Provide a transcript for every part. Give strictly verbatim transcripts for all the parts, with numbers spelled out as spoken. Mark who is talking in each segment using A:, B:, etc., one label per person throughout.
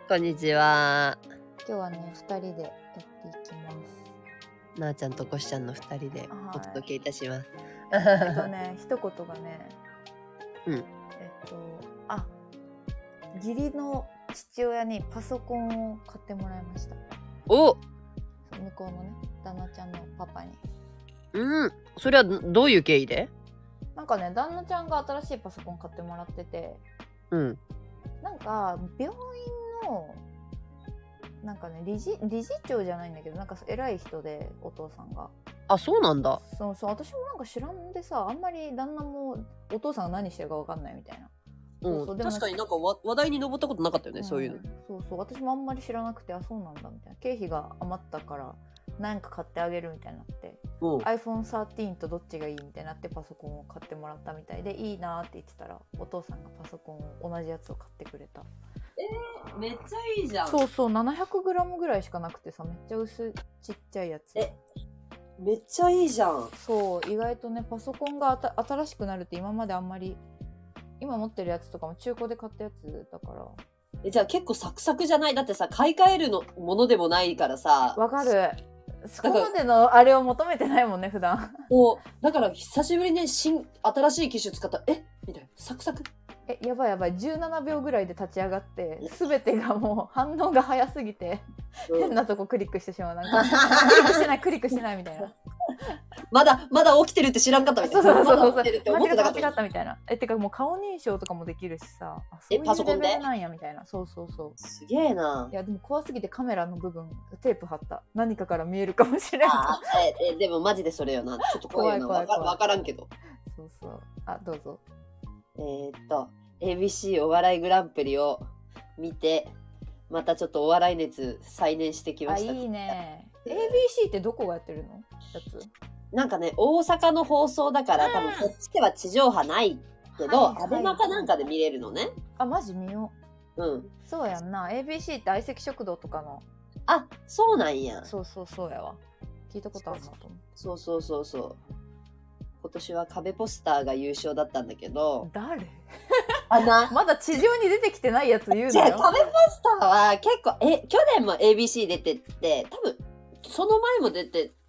A: こんにちは。
B: 今日はね、ふたりでやっていきます。
A: なあちゃんとこしちゃんのふたりでお届けいたします。
B: えっとね、一言がね、
A: うん。
B: えっと、あ、義理の父親にパソコンを買ってもらいました。
A: お、
B: 向こうのね、旦那ちゃんのパパに。
A: うん。それはどういう経緯で？
B: なんかね、旦那ちゃんが新しいパソコン買ってもらってて、
A: うん。
B: なんか病院のなんかね、理事理事長じゃないんだけど、なんか偉い人で、お父さんが。
A: あ、そうなんだ。
B: そうそう、私もなんか知らんでさ、あんまり旦那もお父さんが何してるか分かんないみたいな。
A: うん、
B: そうそう、でも
A: 確かになんか話話題に上ったことなかったよね、
B: うん、
A: そういうの。
B: そうそう、私もあんまり知らなくて、あ、そうなんだみたいな。経費が余ったから何か買ってあげるみたいになって、
A: うん、
B: アイフォンサーティーン とどっちがいいみたいになってパソコンを買ってもらったみたいで、いいなって言ってたら、お父さんがパソコンを同じやつを買ってくれた。
A: えー、めっちゃいいじゃん。
B: そうそう、ななひゃくグラム ぐらいしかなくてさ、めっちゃ薄ちっちゃいやつ。
A: え、めっちゃいいじゃん。
B: そう、意外とね、パソコンがあた新しくなるって今まであんまり、今持ってるやつとかも中古で買ったやつだから。
A: え、じゃあ結構サクサクじゃない？だってさ、買い替えるのものでもないからさ。
B: わかる。そこまでのあれを求めてないもんね、普段。
A: そう。だから久しぶりに新、新しい機種使ったら、えみたいな。サクサク。
B: え、やばいやばい。じゅうななびょうぐらいで立ち上がって、すべてがもう反応が早すぎて、うん、変なとこクリックしてしまう。なんか、クリックしてない、クリックしてないみたいな。
A: まだ、まだ起きてるって知らんかったみたいな。
B: そうそうそうそう。
A: まだ起きてるって思ってなかった。
B: 間違ったみたいな。え、てかもう顔認証とかもできるしさ。あ、そういう
A: え、パソコンで
B: レベルなんやみたいな。そうそうそう。
A: すげえな。
B: いや、でも怖すぎてカメラの部分、テープ貼った。何かから見えるかもしれない。
A: あえ、え、でもマジでそれよな。ちょっと怖いよな。わか、わからんけど。
B: そうそう。あ、どうぞ。
A: えー、っと、エービーシー お笑いグランプリを見て、またちょっとお笑い熱再燃してきました。
B: あ、いいね。エービーシー ってどこがやってるの？やつ？
A: なんかね、大阪の放送だから、多分こっちでは地上波ないけど、アベマかなんかで見れるのね。
B: あ、マジ見よ
A: う。うん。
B: そうやんな。エービーシー って相席食堂とかの。
A: あ、そうなんや。
B: そうそうそうやわ。聞いたことあるなと思う。
A: そうそうそうそう。今年は壁ポスターが優勝だったんだけど。
B: 誰？
A: あな
B: まだ地上に出てきてないやつ言うのよ。
A: じゃあ壁ポスターは結構、え、去年も エービーシー 出てって、多分、その前も出てって、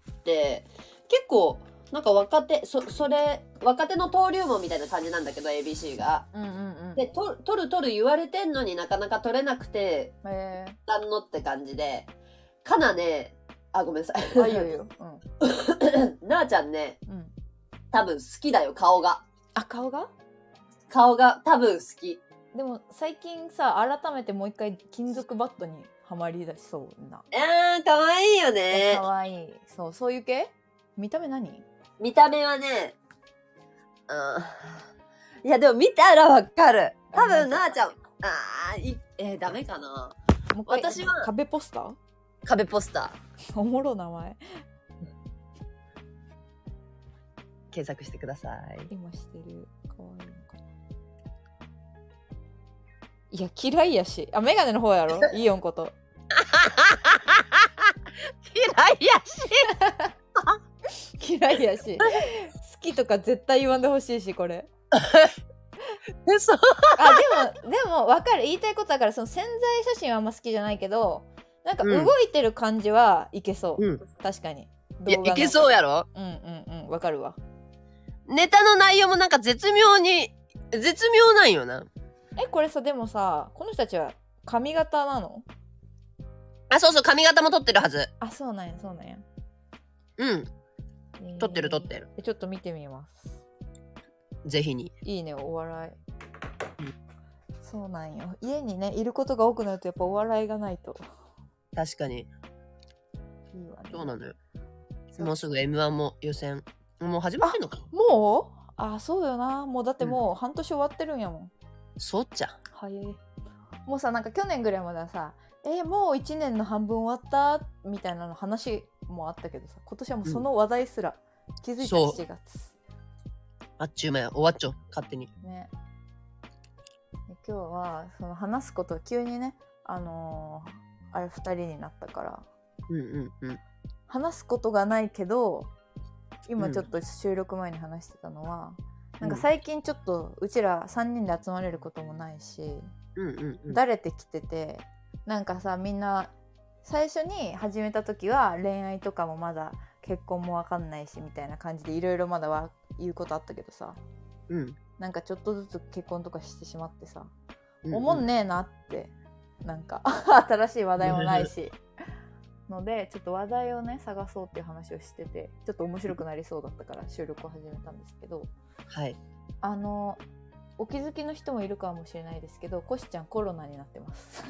A: 結構、なんか若手、そ、それ、若手の登竜門みたいな感じなんだけど、エービーシー が。
B: うんうんうん。
A: で、と、取る取る言われてんのになかなか取れなくて、
B: へえ。
A: なんのって感じで、かなね、あ、ごめんなさい。
B: あ、いいよいいよ。
A: うん。なあちゃんね、
B: うん。
A: 多分好きだよ、顔が。
B: あ、顔が？
A: 顔が多分好き。
B: でも最近さ、改めてもう一回金属バットにはまりだしそうな。
A: あー、かわいいよね。
B: かわいい。そう、そういう系？見た目何？
A: 見た目はね、うん。いや、でも見たらわかる。多分、なあちゃん、あー、い、えー、ダメかな。
B: もう一回
A: 私は、
B: 壁ポスター？
A: 壁ポスタ
B: ー。おもろ名前。
A: 検索してください。
B: 今してる。かわいいのかな。いや、嫌いやし。あ、メガネの方やろ？イオンこと。
A: 嫌いや
B: し。嫌いやし。好きとか絶対言わんでほしいし、これ。
A: 嘘。
B: あ、でも、でも分かる。言いたいことだから、その宣材写真はあんま好きじゃないけど、なんか動いてる感じはいけそう。うん、確かに。
A: いや、いけそうやろ？
B: うんうんうん。分かるわ。
A: ネタの内容もなんか絶妙に、絶妙なんよな。
B: え、これさ、でもさ、この人たちは髪型なの？
A: あ、そうそう、髪型も撮ってるはず。
B: あ、そうなんや、そうなんや。
A: うん。えー、撮ってる撮ってる。
B: ちょっと見てみます。
A: ぜひに。
B: いいね、お笑い。うん、そうなんよ。家にね、いることが多くなるとやっぱお笑いがないと。
A: 確かに。い
B: いわね。
A: そうなのよ。もうすぐ エムワン も予選。もう始まってんのか？
B: もう？あ、そうよな。もうだってもう半年終わってるんやもん。
A: そうっちゃ。
B: 早い。もうさ、なんか去年ぐらいまではさ、えー、もういちねんの半分終わったみたいなの話もあったけどさ、今年はもうその話題すら気づいたしちがつ。
A: あっちゅう間や。終わっちゃう。勝手に。
B: ね。で今日はその話すこと急にね、あのー、あれふたりになったから、
A: うんうんうん。
B: 話すことがないけど、今ちょっと収録前に話してたのは、うん、なんか最近ちょっとうちらさんにんで集まれることもないし、
A: うんうんうん、
B: だれてきてて、 なんかさみんな最初に始めた時は恋愛とかもまだ結婚も分かんないしみたいな感じでいろいろまだは言うことあったけどさ、
A: うん、
B: なんかちょっとずつ結婚とかしてしまってさ、
A: うんうん、
B: おもんねえなってなんか新しい話題もないしのでちょっと話題をね探そうっていう話をしててちょっと面白くなりそうだったから収録を始めたんですけど、
A: はい、
B: あのお気づきの人もいるかもしれないですけどコシちゃんコロナになってます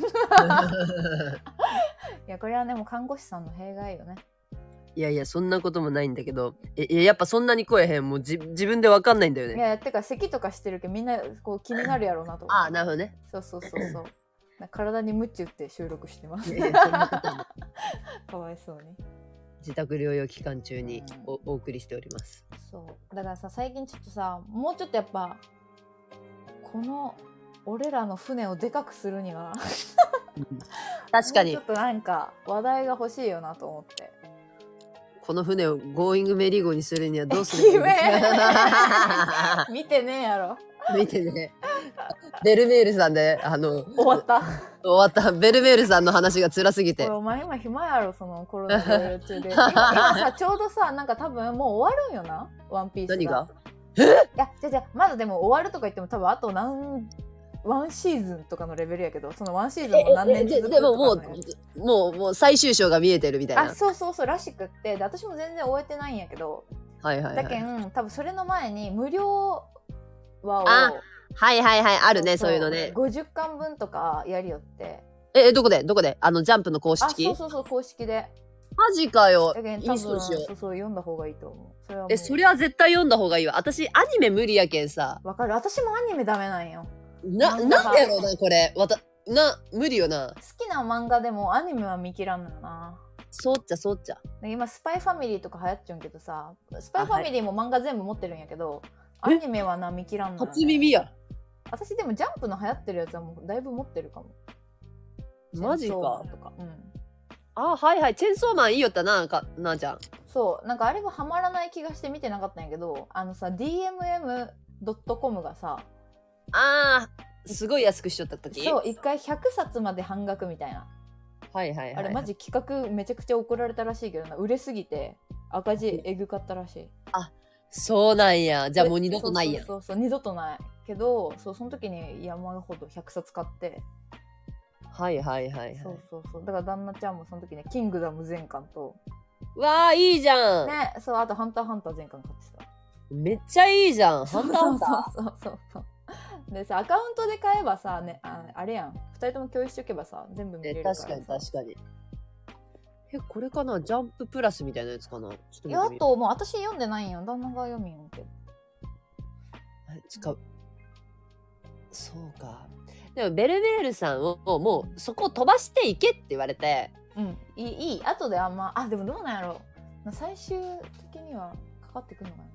B: いやこれはねもう看護師さんの弊害よね。
A: いやいやそんなこともないんだけど、えやっぱそんなに声変もうじ自分でわかんないんだよね。
B: いやてか咳とかしてるけどみんなこう気になるやろうなと思って
A: ああなるほどね。
B: そうそうそうそう体にムチ打って収録してますかわいそうに
A: 自宅療養期間中に お,、うん、お送りしております。
B: そうだからさ最近ちょっとさもうちょっとやっぱこの俺らの船をでかくするには
A: 確かに
B: ちょっとなんか話題が欲しいよなと思って
A: この船をゴーイングメリーゴーにするにはどうするの
B: 見てねえやろ
A: 見てねベルメールさんであの
B: 終わった
A: 終わったベルメールさんの話が辛すぎて
B: お前今暇やろそのコロナ療養中で今, 今さちょうどさなんか多分もう終わるんよなワンピースが。
A: 何が
B: えいやじゃじゃまだでも終わるとか言っても多分あと何ワンシーズンとかのレベルやけどそのワンシーズンも何年続くとか
A: で, でももうもうもう最終章が見えてるみたいな。
B: あそうそうそうらしくってで私も全然終えてないんやけど、
A: はいはいはい、
B: だけん多分それの前に無料話を
A: あはいはいはいあるね そ, そういうのね
B: ごじゅっかんぶんとかやりよって
A: えどこでどこであのジャンプの公式。
B: あそうそうそう公式で
A: マジかよ。
B: だけん多分そうそう読んだ方がいいと思う。それは
A: えそれは絶対読んだ方がいいわ。私アニメ無理やけんさ。
B: わかる私もアニメダメなんよ。
A: な、なんでやろうな、これ。わた、な、無理よな。
B: 好きな漫画でもアニメは見切らんのよな。
A: そうっちゃそうっちゃ。
B: 今、スパイファミリーとか流行っちゃうんけどさ、スパイファミリーも漫画全部持ってるんやけど、アニメはな、見切らんのよ、ね。
A: 初耳や。
B: 私でもジャンプの流行ってるやつはもうだいぶ持ってるかも。
A: マジか。
B: とか。うん。
A: あ、はいはい。チェーンソーマンいいよったな、か、なあちゃん。
B: そう。なんかあれはハマらない気がして見てなかったんやけど、あのさ、ディーエムエムドットコム がさ、
A: あー、すごい安くしちゃった時
B: そう一回ひゃくさつまで半額みたいな、
A: はいはいはい、はい、
B: あれマジ企画めちゃくちゃ怒られたらしいけどな売れすぎて赤字えぐかったらしい。
A: あそうなんや。じゃあもう二度とないやん。
B: そうそうそうそう二度とないけどそうその時に山ほどひゃくさつ買って
A: はいはいはい、はい、
B: そうそうそうだから旦那ちゃんもその時ねキングダム全巻と
A: わあいいじゃん
B: ねそうあとハンターハンター全巻買ってた。
A: めっちゃいいじゃん。ハンターハンター
B: そうそうそうそうでさアカウントで買えばさ、ね、あ, あれやんふたりとも共有しとけばさ全部見れるからさ。
A: 確かに確かに。えこれかなジャンププラスみたいなやつかな。ちょっと見てみる。
B: いやあともう私読んでないんよ旦那が読みんよけど
A: 使うそうか。でもベルメールさんをもうそこを飛ばしていけって言われて
B: うんいいいい後であんまあでもどうなんやろう最終的にはかかってくるのかななんか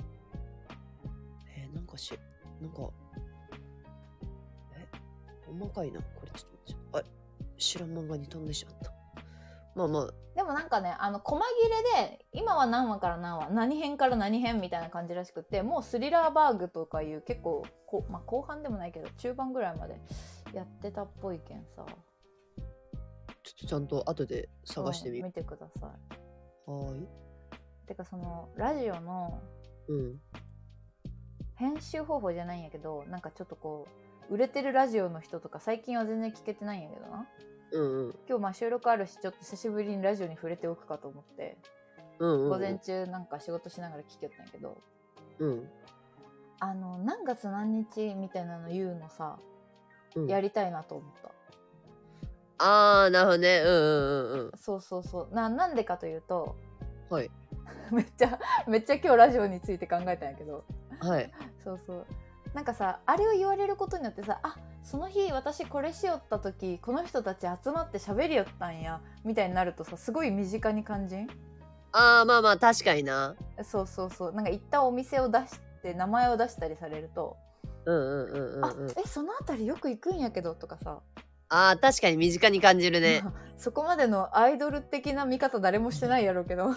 A: えー、なんかしなんかえ細かいなこれちょっとあ知らん漫画に飛んでしまった。まあまあ
B: でもなんかねあの細切れで今は何話から何話何編から何編みたいな感じらしくてもうスリラーバーグとかいう結構こ、まあ、後半でもないけど中盤ぐらいまでやってたっぽいけんさ
A: ちょっとちゃんと後で探してみる、
B: うん、見てください。
A: はーい。
B: てかそのラジオの
A: うん
B: 編集方法じゃないんやけどなんかちょっとこう売れてるラジオの人とか最近は全然聞けてないんやけどな
A: うんうん
B: 今日まあ収録あるしちょっと久しぶりにラジオに触れておくかと思って、
A: うんうんうん、
B: 午前中なんか仕事しながら聞きよったんやけど、
A: うん、
B: あの何月何日みたいなの言うのさ、
A: うん、
B: やりたいなと思った。
A: あーなるほどね。うんうんうんうん
B: そうそうそうななんでかというと
A: はい
B: めっちゃめっちゃ今日ラジオについて考えたんやけど
A: はい
B: そうそうなんかさあれを言われることによってさあその日私これしよった時この人たち集まって喋りよったんやみたいになるとさすごい身近に感じん。
A: あーまあまあ確かにな。
B: そうそうそうなんか行ったお店を出して名前を出したりされると
A: うんうんうんうん、うん、
B: あえそのあたりよく行くんやけどとかさ
A: あー確かに身近に感じるね
B: そこまでのアイドル的な見方誰もしてないやろうけど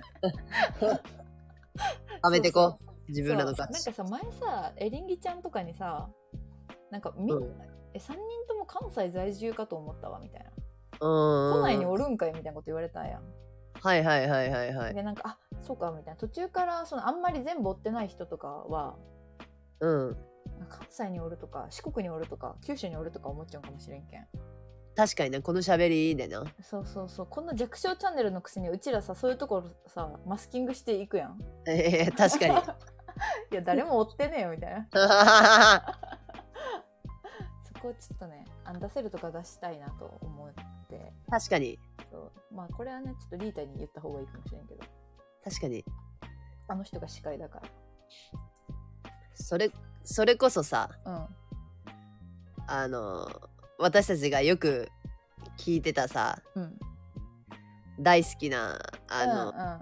A: 食べてこ
B: そうそう
A: 自分らの
B: なんかさ前さエリンギちゃんとかにさなんかみ、うん、えさんにんとも関西在住かと思ったわみたいな、
A: うん。
B: 都内におるんかいみたいなこと言われたんやん。
A: はいはいはいはいはい。
B: でなんかあそうかみたいな、途中からそのあんまり全部追ってない人とかは
A: うん。
B: 関西におるとか四国におるとか九州におるとか思っちゃうかもしれんけん。
A: 確かにね、この喋りでな。
B: そうそうそう、こんな弱小チャンネルのくせにうちらさそういうところさマスキングしていくやん。
A: えー、確かに。
B: いや誰も追ってねえよみたいなそこをちょっとね出せるとか出したいなと思って。
A: 確かに。
B: そうまあこれはねちょっとリータに言った方がいいかもしれんけど、
A: 確かに。
B: あの人が司会だから。
A: それ、それこそさ、
B: うん
A: あの、私たちがよく聞いてたさ、
B: うん
A: 大好きな、あの、
B: うんうん、
A: あ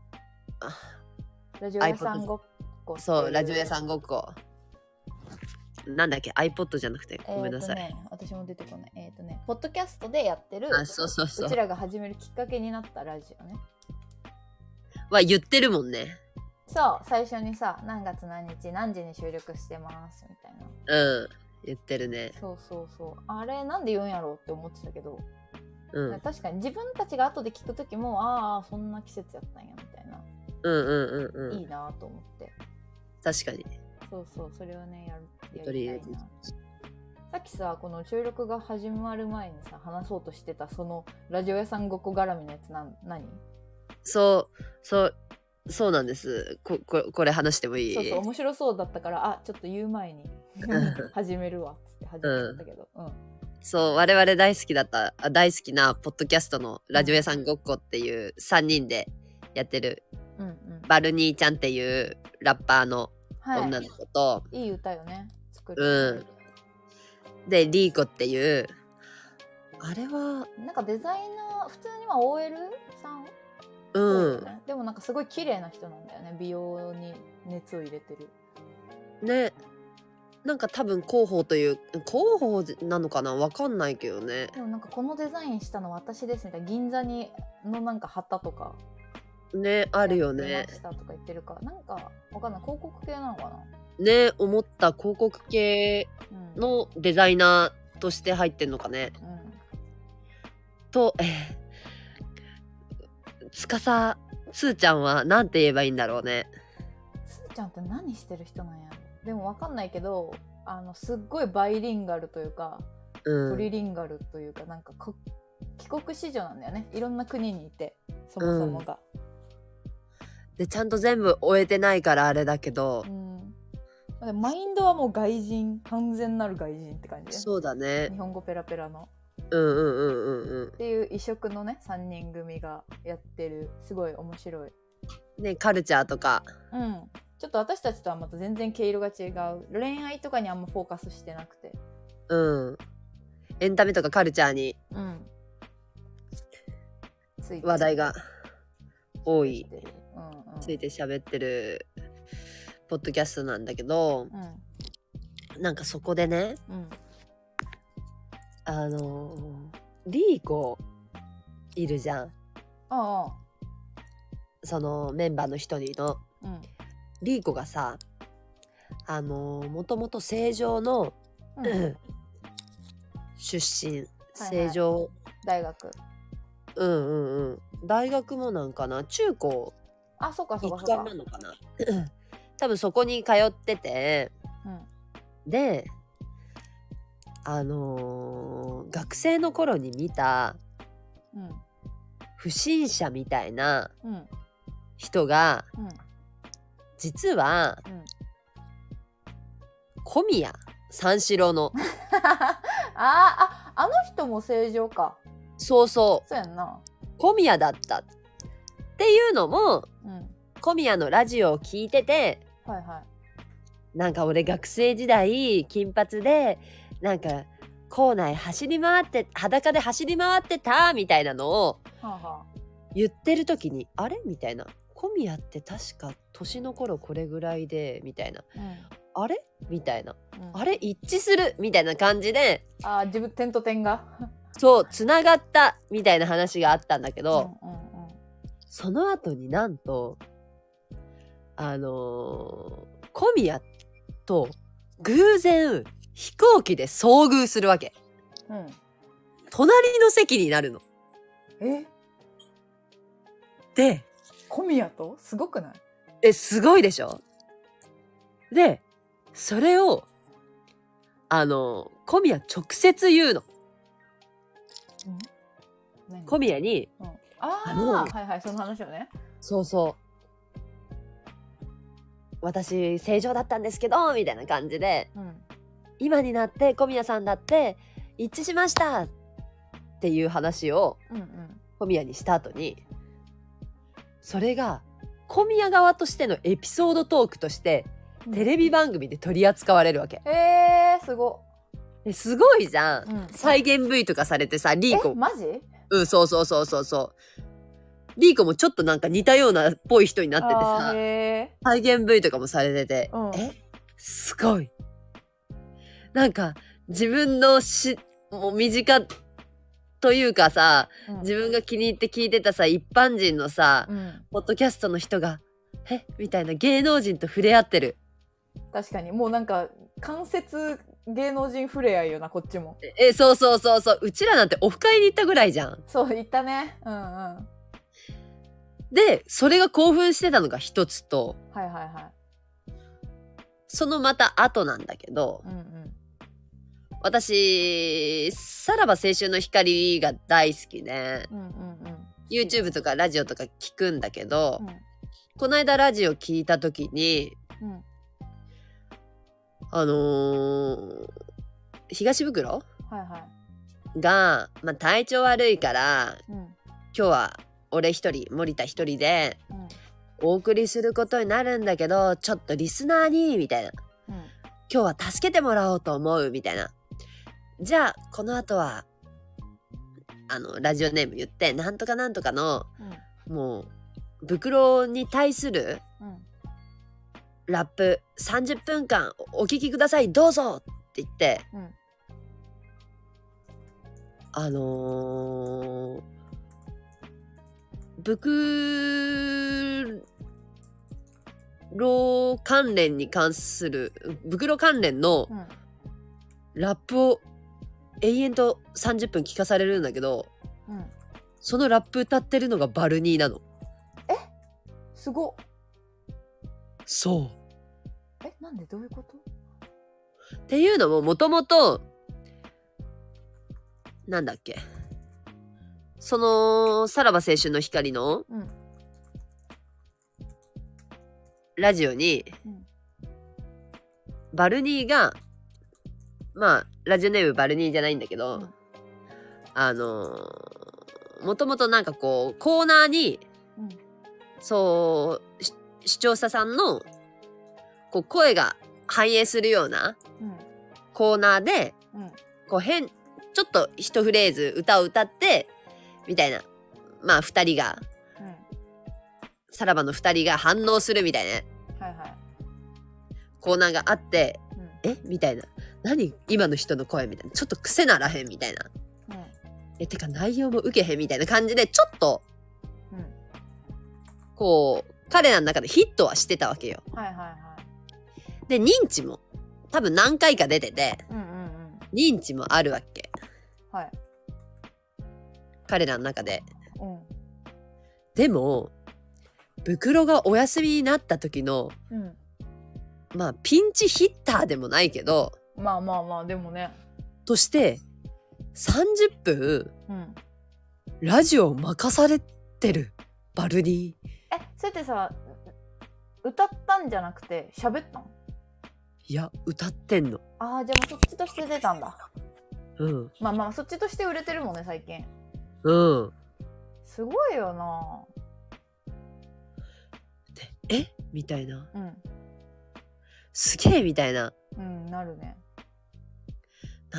B: ラジオ屋さんごっこ。
A: そう、ラジオ屋さんごっこ。なんだっけ iPod じゃなくてごめんなさい、
B: えーとね、私も出てこない。えっ、ー、とねポッドキャストでやってる、
A: あそうそうそう
B: うちらが始めるきっかけになったラジオね
A: は言ってるもんね。
B: そう最初にさ何月何日何時に収録してますみたいな。
A: うん言ってるね。
B: そうそうそう、あれなんで言うんやろうって思ってたけど、
A: うん
B: 確かに自分たちが後で聞く時もああそんな季節やったんやみたいな、
A: うんうんうんうん
B: いいなと思って。
A: 確かに
B: そうそうそれはねやるや
A: 取り入れて
B: りたいな。さっきさこの収録が始まる前にさ話そうとしてたそのラジオ屋さんごっこ絡みのやつなん何？
A: そうそうそうなんです。こここれ話してもいい？
B: そうそう面白そうだったからあちょっと言う前に始めるわっつって始めちゃったけど、うん、うん、
A: そう我々大好きだったあ大好きなポッドキャストのラジオ屋さんごっこっていうさんにんでやってる、
B: うんうん、
A: バルニーちゃんっていうラッパーの女の子と、
B: はい、いい歌よね作る、
A: うん、でリーコっていうあれは
B: なんかデザイナー普通には オーエル さん、
A: うん、
B: ね、でもなんかすごい綺麗な人なんだよね。美容に熱を入れてる
A: ね。なんか多分広報という広報なのかなわかんないけどね。
B: でもなんかこのデザインしたの私ですみたいな、銀座にのなんか旗とか
A: ねあるよね。
B: やってましたとか言ってるかなんかわかんない、広告系なのかな
A: ね思った広告系のデザイナーとして入ってんのかね、
B: うんうん、
A: とえー、つかさつーちゃんはなんて言えばいいんだろうね。
B: つーちゃんって何してる人なんやろ。でもわかんないけどあのすっごいバイリンガルというか、
A: うん、
B: トリリンガルというかなんか帰国子女なんだよね。いろんな国にいてそもそもが、
A: うん、でちゃんと全部終えてないからあれだけど、
B: うん、マインドはもう外人、完全なる外人って感じで。
A: そうだね。
B: 日本語ペラペラの。
A: うんうんうんうんうん。
B: っていう異色のねさんにん組がやってるすごい面白い。
A: ねカルチャーとか。
B: うん。ちょっと私たちとはまた全然毛色が違う。恋愛とかにあんまフォーカスしてなくて。
A: うん。エンタメとかカルチャーに。
B: うん。ついて
A: 話題が多い。
B: うんうん、
A: ついて喋ってるポッドキャストなんだけど、うん、なんかそこでね、うん、あのー、リーコいるじゃん。
B: ああ
A: そのメンバーの一人の、うん、リーコがさあのー、もともと成城の、うん、出身、成城、はいはい、
B: 大学
A: うんうんうん大学もなんかな中高
B: あそうかそうか
A: 一貫なのかな多分そこに通ってて、うん、であのー、学生の頃に見た、うん、不審者みたいな人が、うん、実は、うん、小宮三四郎の
B: あああの人も成城か。
A: そうそう
B: そうやんな
A: 小宮だったっていうのも、うん、小宮のラジオを聞いてて、
B: はいはい、
A: なんか俺学生時代金髪でなんか校内走り回って裸で走り回ってたみたいなのを言ってる時に、はあ、あれみたいな小宮って確か年の頃これぐらいでみたいな、うん、あれみたいな、うん、あれ一致するみたいな感じで
B: あ自分点と点が
A: そうつながったみたいな話があったんだけど、うんうんうん、その後になんとあのー、小宮と偶然飛行機で遭遇するわけ。
B: うん
C: 隣の席になるの。
B: え
C: で、
B: 小宮とすごくない？
C: え、すごいでしょ？で、それを、あの、小宮直接言うの。
B: 何
C: 小宮に、
B: うん、あ
C: あの
B: あはいはいその話をね。
C: そうそう。私、正常だったんですけど、みたいな感じで、
B: うん
C: 今になって小宮さんだって一致しましたっていう話を
B: うんうん
C: 小宮にした後に、それが小宮側としてのエピソードトークとして
B: うん
C: テレビ番組で取り扱われるわけ。
B: えー、すご
C: ですごいじゃん、
B: うん
C: 再現 V とかされてさ、リーコ、
B: えマジ？
C: うん、そうそうそうそうそう。リーコもちょっとなんか似たようなっぽい人になってて
B: あ
C: さ、
B: ーへ
C: 再現 V とかもされてて、
B: うん
C: えすごい。なんか自分のし、もう身近というかさ、
B: ーうん
C: 自分が気に入って聞いてたさ、一般人のさ、
B: うん
C: ポッドキャストの人が、えみたいな芸能人と触れ合ってる。
B: 確かにもうなんか間接芸能人触れ合いよなこっちも。
C: え、そうそうそうそう。うちらなんてオフ会に行ったぐらいじゃん。
B: そう言ったね。うんうんは
C: で、それが興奮してたのが一つと、
B: いはいは
C: そのまた後なんだけど、
B: い。うんうん
C: 私、さらば青春の光が大好きで、
B: うんうんうん
C: YouTube とかラジオとか聞くんだけど、
B: うん
C: この間ラジオ聞いた時に、
B: うん
C: あのー、東袋
B: はいはい
C: が、まあ、体調悪いから、
B: うん
C: 今日は俺一人、森田一人で
B: うん
C: お送りすることになるんだけど、ちょっとリスナーに、みたいな。
B: うん
C: 今日は助けてもらおうと思う、みたいな。じゃあ、この後は、あの、ラジオネーム言って、なんとかなんとかの、
B: うん
C: もう、袋に対する
B: うん
C: ラップさんじゅっぷんかんお聞きください、どうぞって言って、
B: うん
C: あのー、袋関連に関する、袋関連の
B: うん
C: ラップを永遠とさんじゅっぷん聞かされるんだけど、
B: うん
C: そのラップ歌ってるのがバルニーなの。
B: すごっ。
C: そう。
B: えなんでどういうこと？
C: っていうのももともとなんだっけ、そのさらば青春の光の
B: うん
C: ラジオに、
B: うん
C: バルニーがまあラジオネームバルニーじゃないんだけど、
B: うん
C: あのもともとなんかこうコーナーに
B: うん
C: そうし視聴者さんのこう声が反映するような
B: うん
C: コーナーで
B: うん
C: こう変ちょっと一フレーズ歌を歌ってみたいな、まあ二人が
B: うん
C: さらばの二人が反応するみたいな
B: はいはい
C: コーナーがあって、
B: うん
C: えみたいな、何今の人の声みたいな、ちょっと癖ならへんみたいな、
B: うん
C: えてか内容も受けへんみたいな感じでちょっと
B: うん
C: こう彼らの中でヒットはしてたわけよ。
B: はいはいはい
C: で認知も多分何回か出てて
B: うんうんうん
C: 認知もあるわけ、
B: はい
C: 彼らの中で。
B: うん
C: でも袋がお休みになった時の
B: うん
C: まあピンチヒッターでもないけど
B: まあまあまあでもね
C: としてさんじゅっぷん
B: うん
C: ラジオを任されてるバルニー。
B: えそれってさ歌ったんじゃなくて喋ったん？
C: いや歌ってんの。
B: ああじゃあもうそっちとして出たんだ。
C: うん
B: まあまあそっちとして売れてるもんね最近。
C: うん。
B: すごいよな。
C: でえみたいな、
B: うん
C: すげえみたいな
B: うんなるね。
C: なって、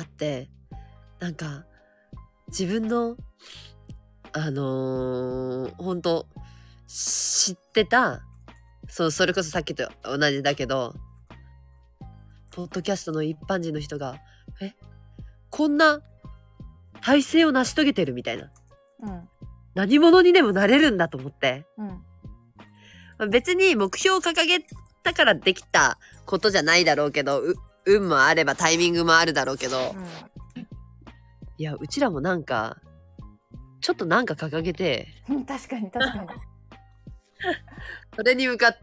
C: なんか自分のあのー、ほんと知ってた、そうそれこそさっきと同じだけどポッドキャストの一般人の人がえこんな体制を成し遂げてるみたいな、
B: うん
C: 何者にでもなれるんだと思って、
B: うん
C: 別に目標を掲げたからできたことじゃないだろうけど、う運もあればタイミングもあるだろうけど、 いや、うちらもなんか、ちょっとなんか掲げて、
B: うん確かに確かに。
C: それに向かって、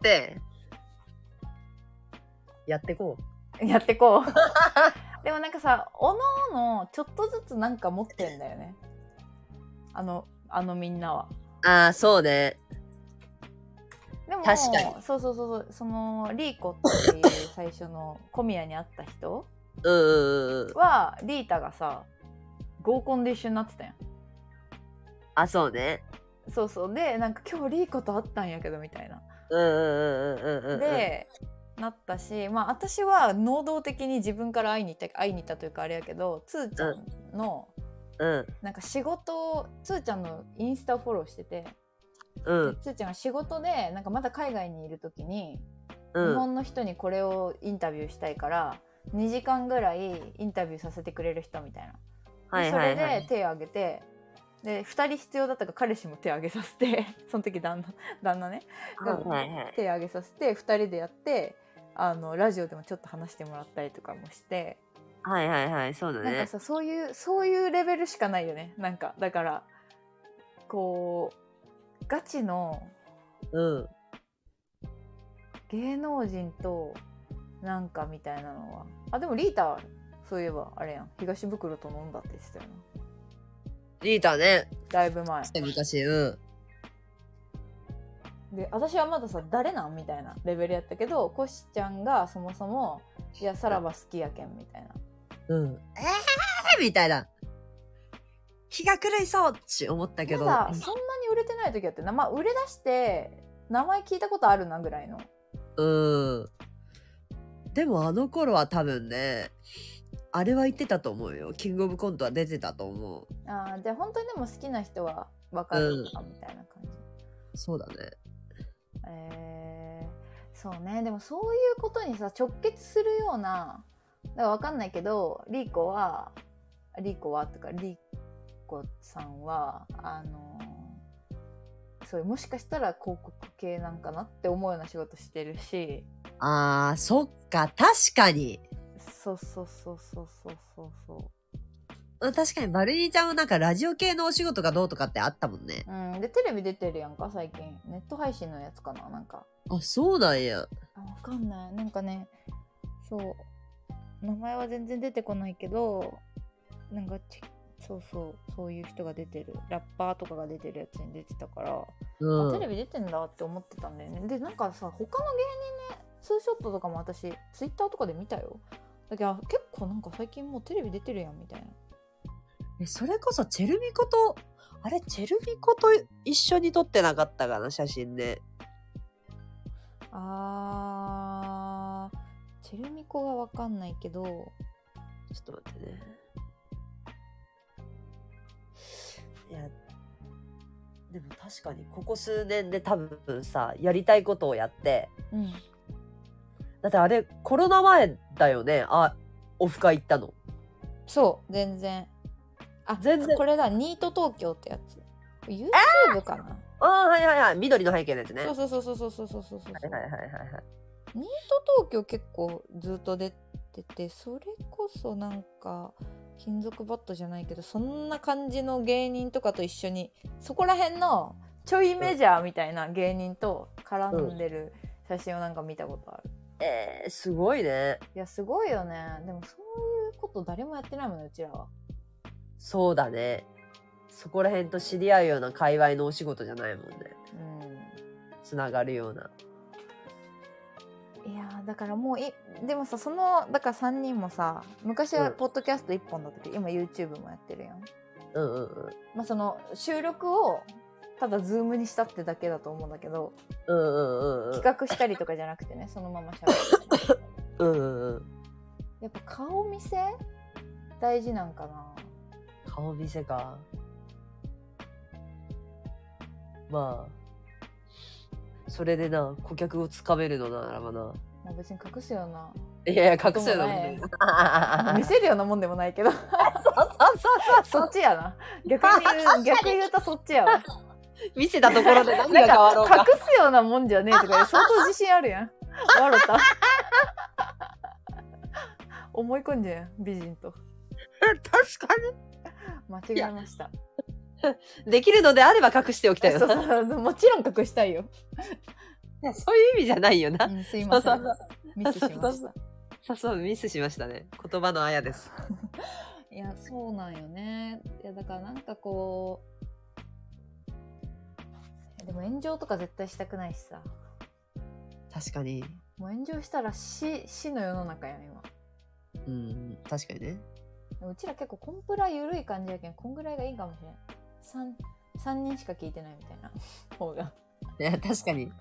C: やってこう。
B: やってこう。でもなんかさ、おのおのちょっとずつなんか持ってんだよね。あの、あのみんなは。
C: ああ、そうね。
B: でも、
C: 確かに
B: そうそうそうそう、その、リーコっていう最初の小宮に会った人
C: うんうんうん。
B: は、リータがさ、合コンで一緒になってたやん。
C: あ、そうね。
B: そうそう。で、なんか今日リーコと会ったんやけどみたいな。
C: うんうんうんうんうんうん。
B: で、なったし、まあ私は能動的に自分から会いに行った、会いに行ったというかあれやけど、つーちゃんの、
C: うん
B: なんか仕事を、つーちゃんのインスタをフォローしてて、
C: うん
B: でつーちゃんが仕事で、なんかまだ海外にいる時に、
C: うん。
B: 日本の人にこれをインタビューしたいから、にじかんぐらいインタビューさせてくれる人みたいな。
C: はいはいは
B: それで
C: い。
B: 手を挙げて、でふたり必要だったから彼氏も手を挙げさせてその時旦那旦那ねが
C: はいはい。
B: 手を挙げさせてふたりでやって、あのラジオでもちょっと話してもらったりとかもして、
C: はいはいはい、そうだね。
B: なんかさ、そういうそういうレベルしかないよね。なんかだからこうガチの
C: うん。
B: 芸能人となんかみたいなのは、あでもリータはそういえばあれやん、東袋と飲んだって言ってたよな、
C: リータね。
B: だいぶ前
C: 昔、うん。
B: で。私はまださ誰なんみたいなレベルやったけど、コシちゃんがそもそもいやさらば好きやけんみたいな。
C: うん。えーみたいな。日が狂いそうって思ったけど。
B: まだそんなに売れてない時やってな、まあ売れ出して名前聞いたことあるなぐらいの。
C: うん。でもあの頃は多分ね、あれは言ってたと思うよ。キングオブコントは出てたと思う。
B: あーじゃあ本当にでも好きな人は分かるかみたいな感じ。
C: そうだね。
B: えー、そうね。でもそういうことにさ直結するような、だから分かんないけど、リーコはリーコはとかリーコさんはあのー、そういうもしかしたら広告系なんかなって思うような仕事してるし。
C: あー、そっか、確かに。
B: そうそうそうそうそうそうそう
C: うん、確かにバルニーちゃんはなんかラジオ系のお仕事がどうとかってあったもんね。
B: うん。でテレビ出てるやんか最近。ネット配信のやつかな、なんか。
C: あ、そうなんや。
B: あ、わかんない。なんかね、そう名前は全然出てこないけど、なんかチェそうそうそういう人が出てる、ラッパーとかが出てるやつに出てたから、
C: うん。
B: あテレビ出てんだって思ってたんだよね。でなんかさ、他の芸人ねツーショットとかも私ツイッターとかで見たよ。だけど結構なんか最近もうテレビ出てるやんみたいな。
C: え、それこそチェルミコと、あれ、チェルミコと一緒に撮ってなかったかな、写真で。
B: あー、チェルミコがわかんないけど、
C: ちょっと待ってね。いや、でも確かにここ数年で多分さ、やりたいことをやって、
B: うん、
C: だってあれ、コロナ前だよね。あ、オフ会行ったの。
B: そう全然。あ、
C: 全然
B: これだ、ニート東京ってやつ。YouTube かな。
C: ああ、はいはいはい。緑の背景のやつね。
B: そうそうそうそうそうそうそうそうそう。
C: はいはいはいはいはい。
B: ニート東京結構ずっと出てて、それこそなんか金属バットじゃないけど、そんな感じの芸人とかと一緒に、そこら辺のちょいメジャーみたいな芸人と絡んでる写真をなんか見たことある。
C: えー、すごいね。
B: いやすごいよね。でもそういうこと誰もやってないもんね、うちらは。
C: そうだね。そこら辺と知り合うような界隈のお仕事じゃないもんね。
B: うん
C: つながるような。
B: いやーだからもういでもさ、そのだからさんにんもさ、昔はポッドキャストいっぽんだったけど、今 YouTube もやってるやん。
C: うんうんうん。
B: まあその収録をただズームにしたってだけだと思うんだけど、
C: うんうんうんうん。
B: 企画したりとかじゃなくてね、そのまましゃべる。
C: うんうんうん。
B: やっぱ顔見せ大事なんかな。
C: 顔見せか。まあ、それでな、顧客をつかめるのならばな。
B: まあ別に隠すような、
C: いやいや、隠すよ
B: ことも
C: な。
B: ない見せるようなもんでもないけど
C: そうそうそうそ
B: そっちやな。逆に言う逆に言うとそっちやわ。
C: う。見せたところで何が
B: なん
C: 変わろうか。
B: か隠すようなもんじゃねえとか言う、相当自信あるやん。笑った。思い込んじゃうやん、美人と。
C: 確かに。
B: 間違えました。
C: できるのであれば隠しておきたいよ
B: そう
C: な。
B: そうそうもちろん隠したいよ。
C: いやそういう意味じゃないよな。
B: うん、すいません。
C: そうそう
B: ミスしました。
C: そうそう、ミスしましたね。言葉のあやです。
B: いや、そうなんよね。いや、だからなんかこう、でも炎上とか絶対したくないしさ。
C: 確かに。
B: もう炎上したら死、死の世の中やん、今。
C: うん、確かにね。
B: うちら結構コンプラ緩い感じやけん、こんぐらいがいいかもしれん。三、三人しか聞いてないみたいな方が。
C: いや、確かに。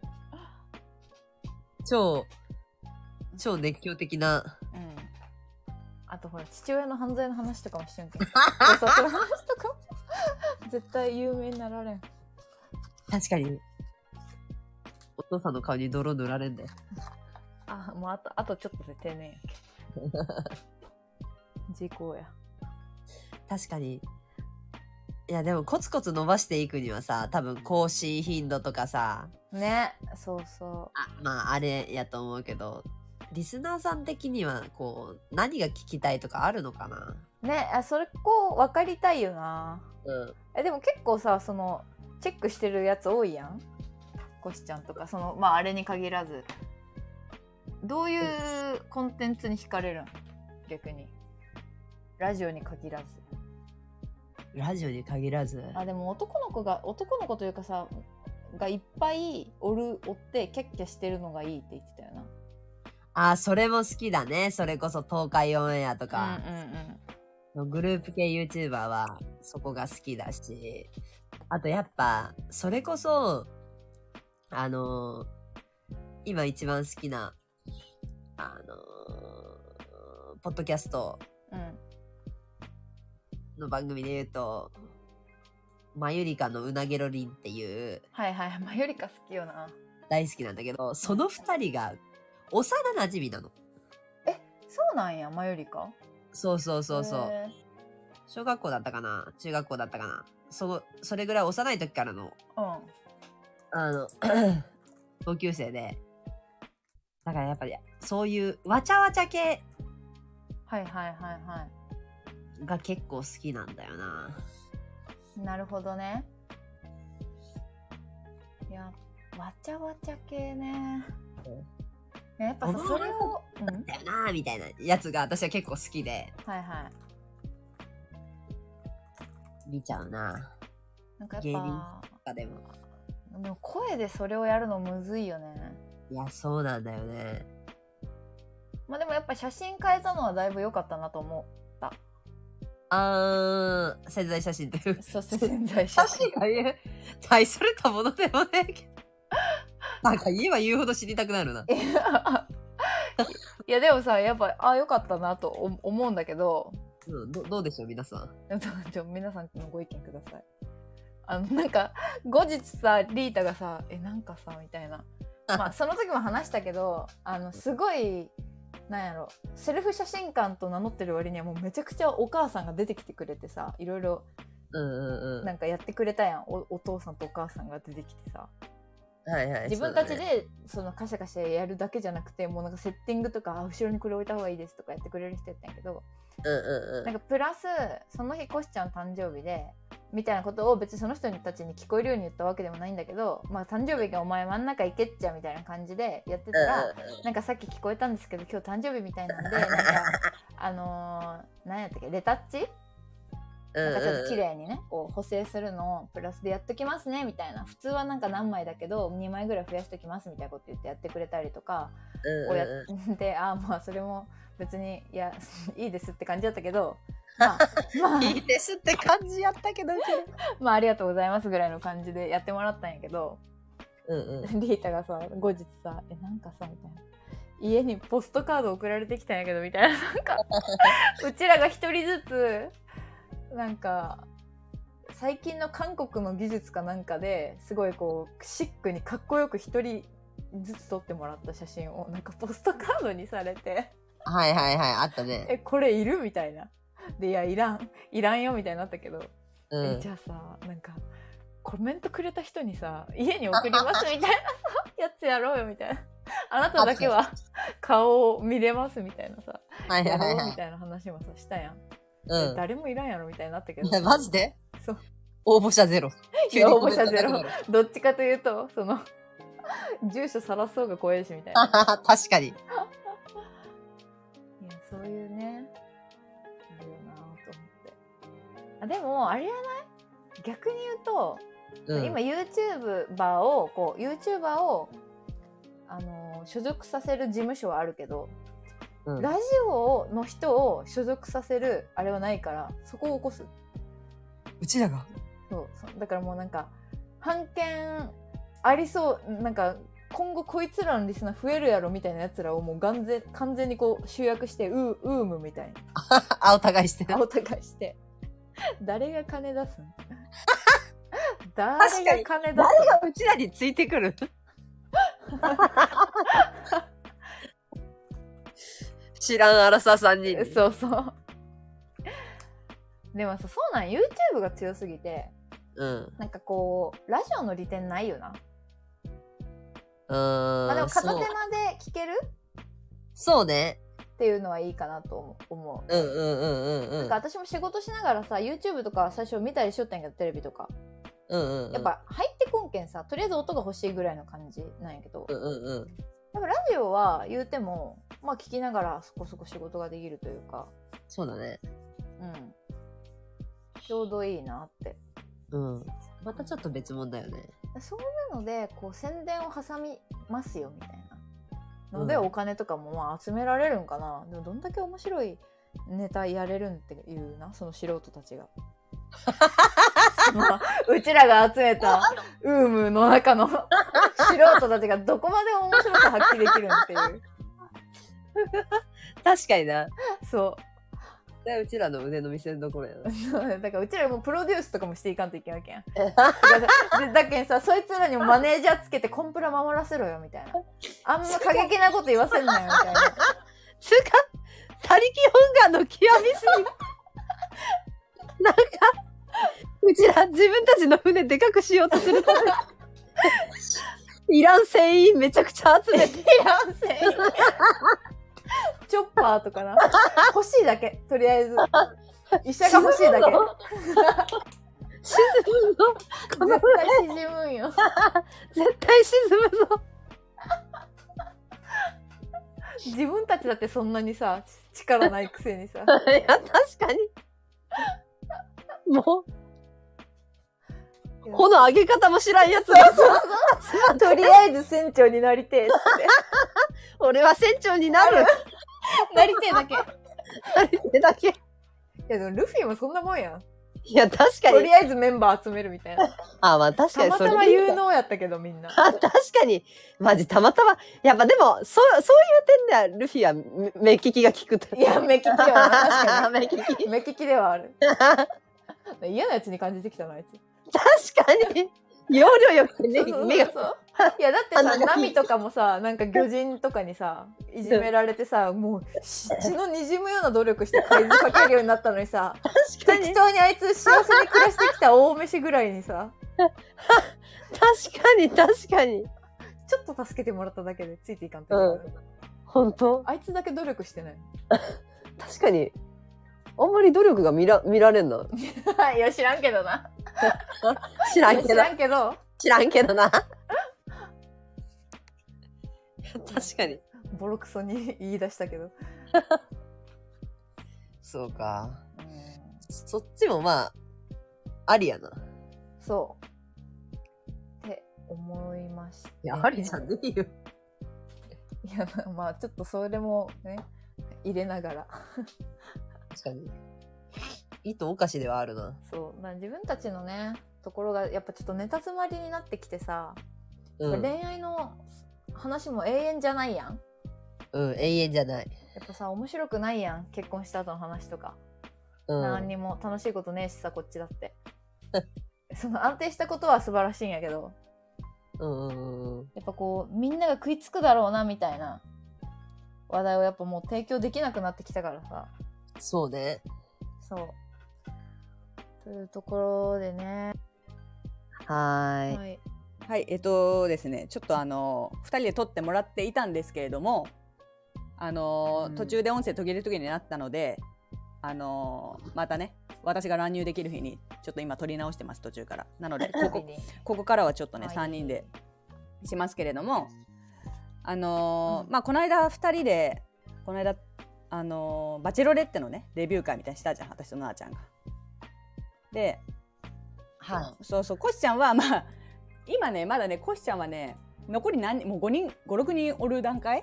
C: 超、超熱狂的な。
B: うん。あとほら、父親の犯罪の話とかもしてんけど。そこの話とか絶対有名になられん。
C: 確かに。お父さんの顔に泥塗られんだよ。
B: あ、もうあと、あとちょっとで定年やけ。時効や。
C: 確かに。いや、でもコツコツ伸ばしていくにはさ、多分更新頻度とかさ。
B: ね、そうそう。
C: あ、まあ、あれやと思うけど、リスナーさん的には、こう、何が聞きたいとかあるのかな？
B: ね、あ、それこう分かりたいよな。
C: うん。
B: え、でも結構さ、そのチェックしてるやつ多いやん。コシちゃんとか、そのまああれに限らず、どういうコンテンツに惹かれるん？逆に。ラジオに限らず。
C: ラジオに限らず。
B: あ、でも男の子が男の子というかさ、がいっぱいおるおってキャッキャしてるのがいいって言ってたよな。
C: あ、それも好きだね。それこそ東海オンエアとか。
B: うんうんうん。
C: グループ系 YouTuber はそこが好きだし、あとやっぱそれこそあのー、今一番好きなあのー、ポッドキャストの番組で言うと、マユリカのうなげろりんっていう、
B: はいはい、マユリカ好きよな。
C: 大好きなんだけど、その二人が幼馴染なの。
B: え、そうなんや、マユリカ？
C: そうそうそうそう。小学校だったかな、中学校だったかな。そそれぐらい幼い時からの、
B: うん、
C: あの同級生で、だからやっぱりそういうわちゃわちゃ系、
B: はいはいはいはい、
C: が結構好きなんだよな。
B: なるほどね。いや、わちゃわちゃ系ね。うん、やっぱさ、それを、
C: うん、だよなみたいなやつが私は結構好きで。
B: はいはい。
C: 見ちゃうな。
B: なんかやっぱ
C: 芸人とかでも。
B: でも声でそれをやるのむずいよね。
C: いや、そうなんだよね。
B: まあでもやっぱ写真変えたのはだいぶ良かったなと思った。
C: あー、潜在写真という。
B: そうそう、潜在写真。
C: 写真が言え、大それたものでもねえけど。なんか言えば言うほど知りたくなるな。
B: いやでもさ、やっぱあ良かったなと思うんだけど、
C: うん、ど, どうでしょう皆さん。
B: ちょ皆さんのご意見ください。あのなんか後日さ、リータがさ、えなんかさみたいな、まあその時も話したけど、あのすごいなんやろ、セルフ写真館と名乗ってる割にはもうめちゃくちゃお母さんが出てきてくれてさ、いろいろなんかやってくれたやん。 お, お父さんとお母さんが出てきてさ、
C: はいはい、
B: 自分たちでそのカシャカシャやるだけじゃなくて、もうなんかセッティングとか、後ろにこれ置いた方がいいですとかやってくれる人やったんやけど、
C: うんうんうん、
B: なんかプラスその日コシちゃん誕生日でみたいなことを別にその人たちに聞こえるように言ったわけでもないんだけど、まあ誕生日がお前真ん中行けっちゃみたいな感じでやってたら、なんかさっき聞こえたんですけど今日誕生日みたいなんで、なんかあのー、何やったっけ、レタッチなんかちょっと綺麗にねこう補正するのをプラスでやっときますねみたいな、普通はなんか何枚だけどにまいぐらい増やしときますみたいなこと言ってやってくれたりとかをやってああまあそれも別にいやいいですって感じだったけど、まあ、まあ、
C: いいですって感じやったけど
B: まあありがとうございますぐらいの感じでやってもらったんやけど、
C: うんうん、
B: リータがさ後日さえなんかさみたいな、家にポストカード送られてきたんやけどみたいな、なんかうちらが一人ずつなんか最近の韓国の技術かなんかですごいこうシックにかっこよく一人ずつ撮ってもらった写真をなんかポストカードにされて
C: はいはいはい、あったね。
B: えこれいるみたいなで、いやいらんいらんよみたいになったけど、
C: うん、
B: えじゃあさなんかコメントくれた人にさ家に送りますみたいなやつやろうよみたいな、あなただけは顔を見れますみたいなさ、
C: はいはいはい、
B: みたいな話もさしたやん。
C: うん。
B: 誰もいらんやろみたいになったけど。
C: いや、マジで
B: そう。
C: 応募者ゼロ。
B: いや応募者ゼロ
C: 急にコメントなくなる。
B: どっちかというと、その、住所さらそうが怖いしみたいな。
C: 確かに。
B: いや、そういうね、あるよなぁと思って。あ、でも、あれじゃない？逆に言うと、
C: うん、
B: 今 YouTuber を、こう、YouTuber を、あのー所属させる事務所はあるけど、
C: うん、
B: ラジオの人を所属させるあれはないから、そこを起こす。
C: うちらが。
B: そうそう。だからもうなんか、判権ありそう、なんか、今後こいつらのリスナー増えるやろみたいなやつらをもう完全完全にこう集約して、ウー、ウームみたいに。
C: あ、お互いしてる。
B: お互いして。誰が金出すん誰が金出すん
C: 誰がうちらについてくる知らんアラサーさんにん。
B: そうそう。でもさ、そうなん YouTube が強すぎて、
C: うん。
B: なんかこうラジオの利点ないよな。
C: うーん。
B: まあでも片手
C: そう
B: 間で聞ける
C: そうね。
B: っていうのはいいかなと思う。
C: うんうんうんうんうん。
B: なんか私も仕事しながらさ YouTube とか最初見たりしよったんやけど、テレビとか
C: うんうんうん。
B: やっぱ入ってこんけんさ、とりあえず音が欲しいぐらいの感じなんやけど、
C: うんうんうん。
B: やっぱラジオは言うてもまあ聞きながらそこそこ仕事ができるというか、
C: そうだね。
B: うん、ちょうどいいなって。
C: うん。またちょっと別物だよね。
B: そういうのでこう宣伝を挟みますよみたいなので、
C: うん
B: お金とかもまあ集められるんかな。でもどんだけ面白いネタやれるんっていうな、その素人たちが。うちらが集めたウームの中の素人たちがどこまで面白さ発揮できるんっていう。
C: 確かにな。
B: そう。
C: でうちらの腕の見せるところやな。
B: そうね、だからうちらもプロデュースとかもしていかんといけないわけやん。だだけんさ、そいつらにもマネージャーつけてコンプラ守らせろよみたいな。あんま過激なこと言わせんなよみたいな。
C: つうか、他力本願の極みすぎ。なんか、うちら自分たちの船でかくしようとするためいらん船員めちゃくちゃ集めて。
B: いらんせん。チョッパーとかな。欲しいだけ。とりあえず。医者が欲しいだけ。
C: 沈むぞ。この
B: 絶対沈むんよ。
C: 絶対沈むぞ。
B: 自分たちだってそんなにさ、力ないくせにさ。
C: いや、確かに。もう、炎上げ方も知らんやつ。
B: そうそうそう。とりあえず船長になりてえって。
C: 俺は船長になる。
B: なりてえだけ。い
C: なりてえだけ。
B: やでもルフィもそんなもんやん。
C: いや、確かに。
B: とりあえずメンバー集めるみたいな。
C: あ、まあ確かに
B: たまたま有能やったけどみんな。
C: あ、確かに。マジたまたま。やっぱでも、そう、そういう点ではルフィは目目利きが効くと。
B: いや、目利きは確か
C: 目利き。
B: に。目利きではある。嫌なやつに感じてきたな、あいつ。
C: 確かに。容量よくね、
B: そうそうそう
C: 目が。
B: いやだってさ、
C: 鼻が
B: ナミとかもさ、なんか魚人とかにさいじめられてさ、もう血の滲むような努力して海図かけるようになったのにさ、
C: 確かに。
B: 適当にあいつ幸せに暮らしてきた大飯ぐらいにさ、
C: 確かに、確かに。
B: ちょっと助けてもらっただけでついていかんといけない、
C: 本当
B: あいつだけ努力してない。
C: 確かに。あんまり努力が見ら、見られんな。
B: いや知らんけどな。
C: 知らんけど。
B: 知らんけど
C: 知らんけどな。確かに。
B: ボロクソに言い出したけど、
C: そうか。
B: うん、
C: そっちもまあ、ありやな。
B: そうって思いました、ね。
C: いや、ありじゃねえよ。
B: いやまあちょっとそれもね入れながら
C: 確かに。いいとおかしではあるな。
B: そう、まあ、自分たちのねところがやっぱちょっとネタ詰まりになってきてさ、
C: うん。
B: 恋愛の話も永遠じゃないやん。
C: うん、永遠じゃない。
B: やっぱさ面白くないやん、結婚した後の話とか、
C: うん。
B: 何にも楽しいことねえしさ、こっちだってその安定したことは素晴らしいんやけど、
C: うんうんうん。
B: やっぱこうみんなが食いつくだろうなみたいな話題をやっぱもう提供できなくなってきたからさ。
C: そうね。
B: そうというところでね、
C: はーい。
B: はい、
D: はい、えっとですね、ちょっとあのふたりで撮ってもらっていたんですけれども、あの、
B: うん
D: 途中で音声途切れ途切れになったので、 あのーまたね私が乱入できる日にちょっと今撮り直してます途中から。なのでここここからはちょっとね
B: はい
D: さんにんでしますけれども、あのーまあこの間ふたりでこの間あのーバチェロレッテのねレビュー会みたいにしたじゃん、私となあちゃんが。で、
C: は
D: そうそうコシちゃんはまあ今ねまだねコシちゃんはね残り何人もうごにんごろくにんおる段階。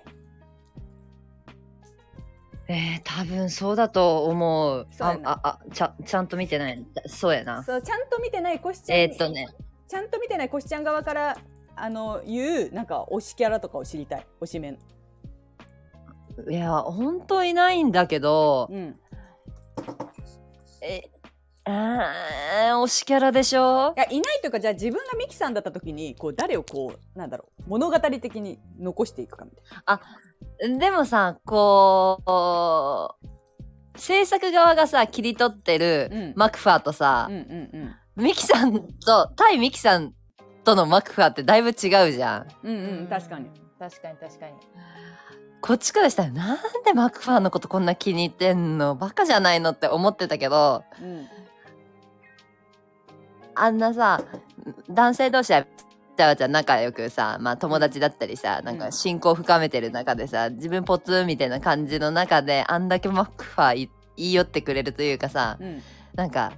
C: えー、多分そうだと思う。
D: そうやな
C: あああちゃちゃんと見てない。そうやな。
D: そうちゃんと見てないコシちゃん、
C: えー、っとね
D: ちゃんと見てないコシちゃん側からあの言うなんか推しキャラとかを知りたい。推しメン。
C: いや本当いないんだけど、
D: うん。
C: えあー推しキャラでしょ
D: い。やいないというか、じゃあ自分がミキさんだった時にこう誰をこうなんだろう物語的に残していくかみたいな。
C: でもさこう制作側がさ切り取ってる
D: うん
C: マクファーとさ、
D: うんうん
C: ミキさんと対ミキさんとのマクファーってだいぶ違うじゃん。
D: うんうんうん確かに。
B: 確かに確かに。
C: こっちからしたらなんでマクファーのことこんな気に入ってんのバカじゃないのって思ってたけど、
D: うん
C: あんなさ男性同士はわちゃわちゃ仲良くさ、まあ友達だったりさ、なんか親交深めてる中でさ、自分ポツンみたいな感じの中であんだけマクファーい言い寄ってくれるというかさ、
D: うん
C: なんか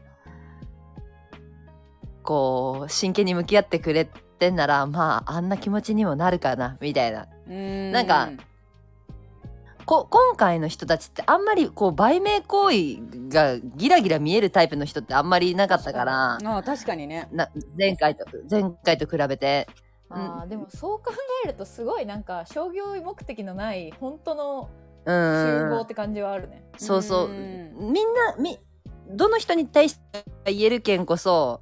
C: こう真剣に向き合ってくれてんならまああんな気持ちにもなるかなみたいな。
D: うーん
C: なんかこ今回の人たちってあんまりこう売名行為がギラギラ見えるタイプの人ってあんまりいなかったから、
D: あ確かにね。
C: な前回と前回と比べて、
B: あーでもそう考えるとすごいなんか商業目的のない本当の
C: う
B: 集合
C: ん
B: って感じはあるね。
C: そうそう
D: うん
C: みんなみどの人に対して言えるけんこそ、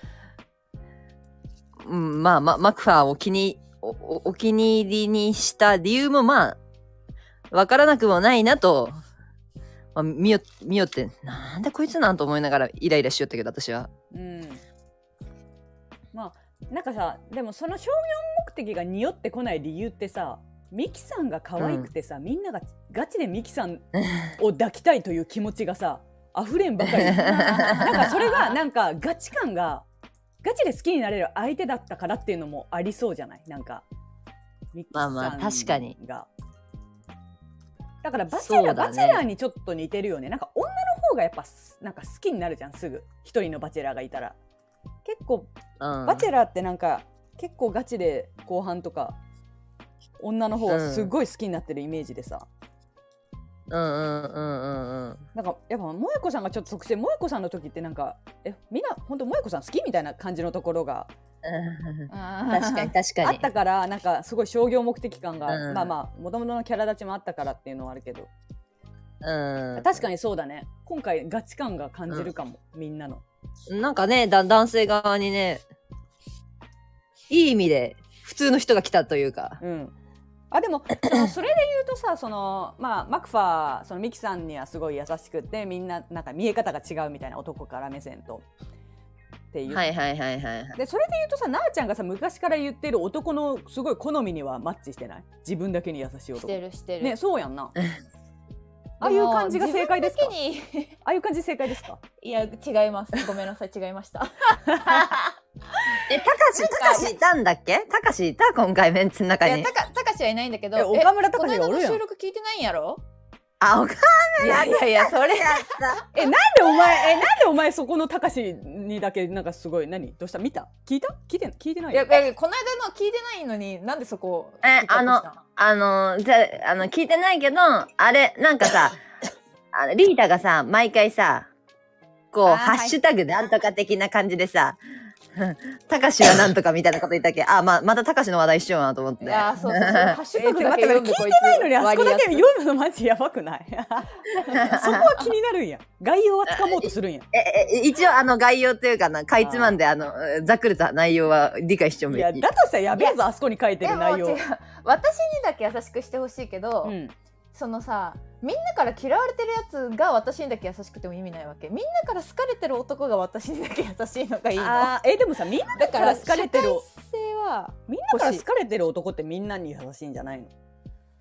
C: うん、まあ、ま、マクファーを気におおお気に入りにした理由もまあわからなくもないなと、まあ、みよみよってなんでこいつなんと思いながらイライラしよったけど私は。
D: うんまあなんかさでもその商業目的が匂ってこない理由ってさ、ミキさんが可愛くてさ、みんながガチでミキさんを抱きたいという気持ちがさ溢れんばかり。なんかそれがなんかガチ感がガチで好きになれる相手だったからっていうのもありそうじゃない。なんかミキさんが
C: まあまあ確かに
D: だからバチェラー、
C: そうだね
D: バチェラーにちょっと似てるよね。なんか女の方がやっぱなんか好きになるじゃん、すぐ一人のバチェラーがいたら。結構
C: うん、
D: バチェラーってなんか結構ガチで後半とか女の方はすごい好きになってるイメージでさ、
C: うんうんうんうんうん
D: なんかやっぱ萌子さんがちょっと特殊で、萌子さんの時ってなんかえみんな本当萌子さん好きみたいな感じのところが
B: あー
C: 確かに確かに
D: あったからなんかすごい商業目的感が、
C: うん
D: まあまあもともとのキャラ立ちもあったからっていうのはあるけど、
C: うん、
D: 確かにそうだね。今回ガチ感が感じるかも、みんなの。
C: なんかねだ男性側にねいい意味で普通の人が来たというか、
D: うんあでもそのそれで言うとさ、そのまあマクファーそのミキさんにはすごい優しくて、みんななんか見え方が違うみたいな、男から目線とっていう、
C: はいはいはいはいはい。
D: でそれで言うとさ、なあちゃんがさ昔から言ってる男のすごい好みにはマッチしてない？自分だけに優しい
B: し
D: 男
B: てるしてる。
D: ね、そうやんな。ああいう感じが正解ですか？
B: 自分だけに
D: ああいう感じ正解ですか？
B: いや違います。ごめんなさい違いました。
C: え、たかし、たかしいたんだっけ？たかしいた今回メンツの中に。
B: いやたかたかしはいないんだけど、
D: え岡村隆史がおるやん
B: この間の収録聞いてないんやろ？
C: あ、おか
B: いやいやいやそれ
C: やった。
D: えなんでお前えなんでお前そこのたかしにだけなんかすごい何どうした見た聞いた聞いて聞いてない
B: いやいやこの間の聞いてないのになんでそこ
C: え
B: ピックアップした
C: あの、じゃあ、あの、聞いてないけど、あれ、なんかさ、あのリータがさ、毎回さ、こう、
D: あー
C: ハッシュタグなんとか的な感じでさ、たかしはなんとかみたいなこと言ったっけ？あ、まあ、ままたたかしの話題一緒やなと思って。
B: いやそうそうそうハッシュタグだけ
D: え
B: 読んでこいつ
D: 待って待って聞いてないのにあそこだけ
B: 割り
D: 読むのマジやばくないそこは気になるんや。概要はつかもうとするんや。
C: え、え、一応あの概要っていうかな、かいつまんで、あの、ざっくりと内容は理解してもいい。
D: いやだとしたらやべえぞ、あそこに書いて
B: で
D: る内容
B: も違う。私にだけ優しくしてほしいけど、
D: うん
B: そのさみんなから嫌われてるやつが私にだけ優しくても意味ないわけ。みんなから好かれてる男が私にだけ優しいのがいいの。
D: あーえでもさみんな
B: だから
D: から好かれてる
B: 社会性は
D: みんなから好かれてる男ってみんなに優しいんじゃないの？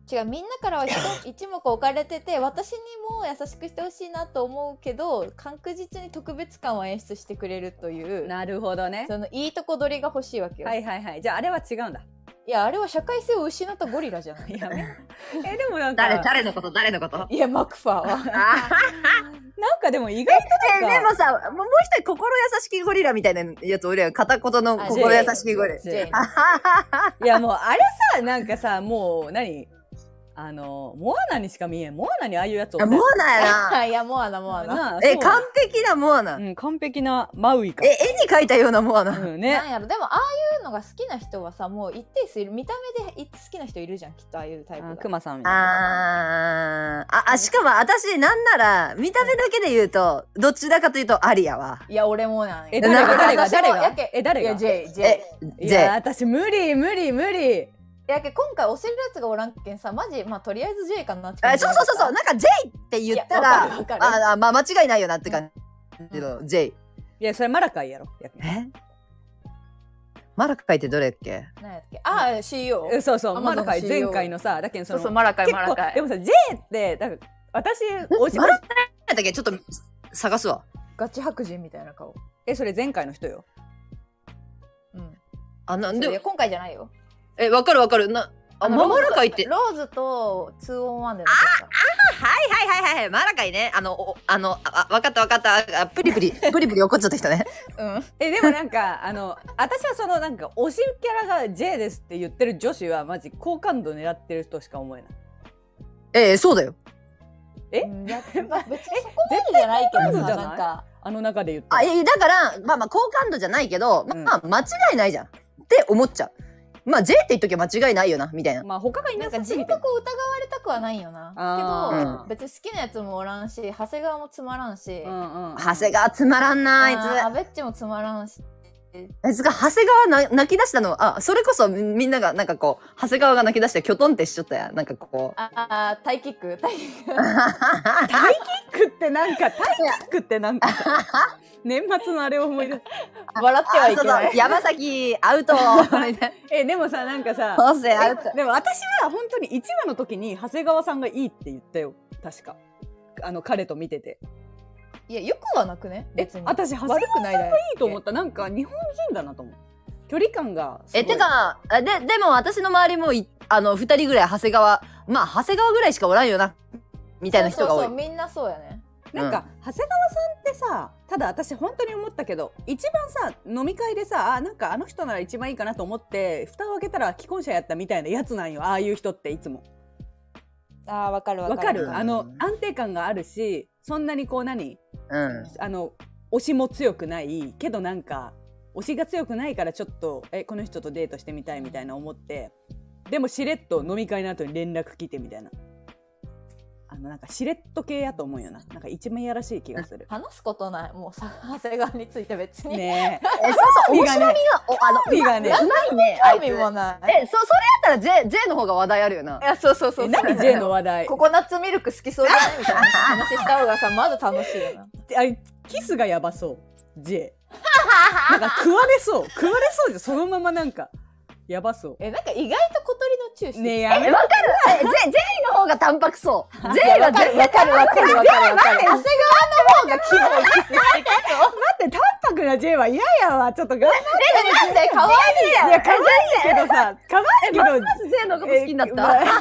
B: 違う、みんなからは一一目置かれてて、私にも優しくしてほしいなと思うけど、確実に特別感を演出してくれるという、
D: なるほどね。
B: そのいいとこ取りが欲しいわけよ。
D: はいはいはい。じゃああれは違うんだ。
B: いや、あれは社会性を失ったゴリラじゃない。
D: やめ。えでもなんか
C: 誰誰のこと誰のこと
B: いや、マクファーは。
C: あ
D: なんかでも意外と
C: え
D: なんか
C: でもさ、もうもう一人心優しきゴリラみたいなやつおるやん。片言の心優しきゴリラ。
B: ジェイ
D: いやもうあれさなんかさもう何あのモアナにしか見えん。モアナにああいうやつおったよ
C: モアナやな。
B: いや、モアナ、モアナ。
D: なあ
C: え、
D: そう
C: 完璧なモアナ。
D: うん完璧なマウイか。
C: え、絵に描いたようなモアナ。
D: うんね
B: なん。やろ、でもああいうのが好きな人はさ、もう一定数いる。見た目で好きな人いるじゃん、きっとああいうタイプが。
D: あクマさんみたいな。
C: あーあ、あ、しかも私なんなら、見た目だけで言うと、どちらかというとアリやわ。
B: いや、俺もなんや。
D: え誰が誰が
B: 私も
D: 誰が
B: やけいや、
D: え誰が
B: ジェイ、ジェイ。
C: え、
D: い
C: ジェイ。
D: や私無理無理無理。
B: やけ今回押せるやつがおらんけんさ、マジ、まあとりあえず J かなって
C: え
B: 感じ
C: そうそうそうそう、なんか J って言った
B: いや
C: ら、
B: わかるわかる
C: ああ、まあ間違いないよなって感じの J。
D: いやそれマラカイやろ。やけ
C: えマラカイってどれやっけ？
B: なんやったっけ、ああ シーイーオー。
D: えそうそう
B: Amazon
D: マラカイ
B: シーイーオー
D: 前回のさだけどその
B: そうそう、マラカイ、
D: 結構
B: マラカイ。
D: でもさ J ってだから私おし
C: マラカイやったっけ？ちょっと探すわ。
B: ガチ白人みたいな顔。
D: えそれ前回の人よ。
B: うん。
C: あ、なんで、
B: いや今回じゃないよ。
C: え、わかるわかる。な、あ、ママラカイって。
B: ローズとツーオンワンでの
C: はいはいはいはい、マラカイね。あの、おあの、あ、わかったわかった。あ、プリプリ、プリプリ怒っちゃった人ね。
B: うん。
D: えでもなんかあの私はそのなんか推しキャラが J ですって言ってる女子はマジ好感度狙ってる人しか思えない。
C: ええ、そうだよ。
D: え
B: うん、いや、まあ、別にそこまでじゃないけどさ、
D: 絶対じゃない
B: なんか。
D: あの中で言って
C: あ、え、だから、まあまあ、好感度じゃないけど、
D: うん
C: まあ、間違いないじゃん。って思っちゃう。まあ、J って言っときゃ間違いないよな、みたいな。
D: まあ他がい
B: な
D: なんさ
B: か人格
D: すぎて
B: を疑われたくはないよな。
D: あ
B: け
C: ー
B: ど、別に好きなやつもおらんし、長谷川もつまらんし、
D: うんうんうん
C: 長谷川つまらんな、あい
B: あーア
C: つ。
B: ベッチもつまらんし。
C: あいつが長谷川な泣き出したの、あ、それこそみみんながなんかこう、長谷川が泣き出してキョトンってしちゃったやん。なんかこう。
B: ああ、タイキックタイキック。
D: タイキックってなんかタイキックってなんか年末のあれを思い出す。
B: 笑ってはいけな
C: あそうそう
B: い。
C: 山崎アウトみたいな。
D: えでもさなんかさ
C: そうせアウト。
D: でも私は本当にいちわの時に長谷川さんがいいって言ったよ確かあの彼と見てて。
B: いや、よくはなくね、別に。
D: 私長谷川
B: 悪くないだよ。
D: いいと思った。なんか日本人だなと思う。距離感がすごい。
C: え、てか、あで、でも私の周りもい、あの、二人ぐらい長谷川、まあ、長谷川ぐらいしかおらんよな、みたいな人が多い。
B: そうそうそう、みんなそうやね。
D: なんか、長谷川さんってさただ私本当に思ったけど一番さ飲み会でさあなんかあの人なら一番いいかなと思って蓋を開けたら既婚者やったみたいなやつなんよああいう人っていつも。
B: ああ、わかるわかる。
D: わかる、
C: うん
D: あの安定感があるしそんなにこう何
C: うん。
D: あの推しも強くないけどなんか推しが強くないからちょっとえこの人とデートしてみたいみたいな思ってでもしれっと飲み会の後に連絡来てみたいなあのなんかしれっと系やと思うよななんか一番やらしい気がする
B: 話すことない。もうさ、長谷川について別に。
D: ね
C: え、そうそう、面白みが、お、あの、
D: 興味がね
C: うまいうまいね、あい
B: 興味
C: つ。
B: もない。
C: え、そ、それやったら J、J の方が話題あるよな。
B: いや、そうそうそう。
D: え何 J の話題
B: ココナッツミルク好きそうじゃないみたいな話した方がさ、まだ楽しいよな。
D: あキスがやばそう J なんか食われそう食われそうじゃんそのままなんかやばそう
B: え、なんか意外と小鳥のチューして
C: え、
D: ねえやめ
C: わかるえ、J、J の方が淡白そう。J は
B: わかるわかるわかるわかるわかる。長谷川の方がキモいキスしてきそう。
D: 待って淡白な J は嫌やわちょっと頑張って
B: え、なんで可愛い
D: いや可愛いけどさ可愛いけど
C: ます J のこと好きになった。
B: 小鳥のチュ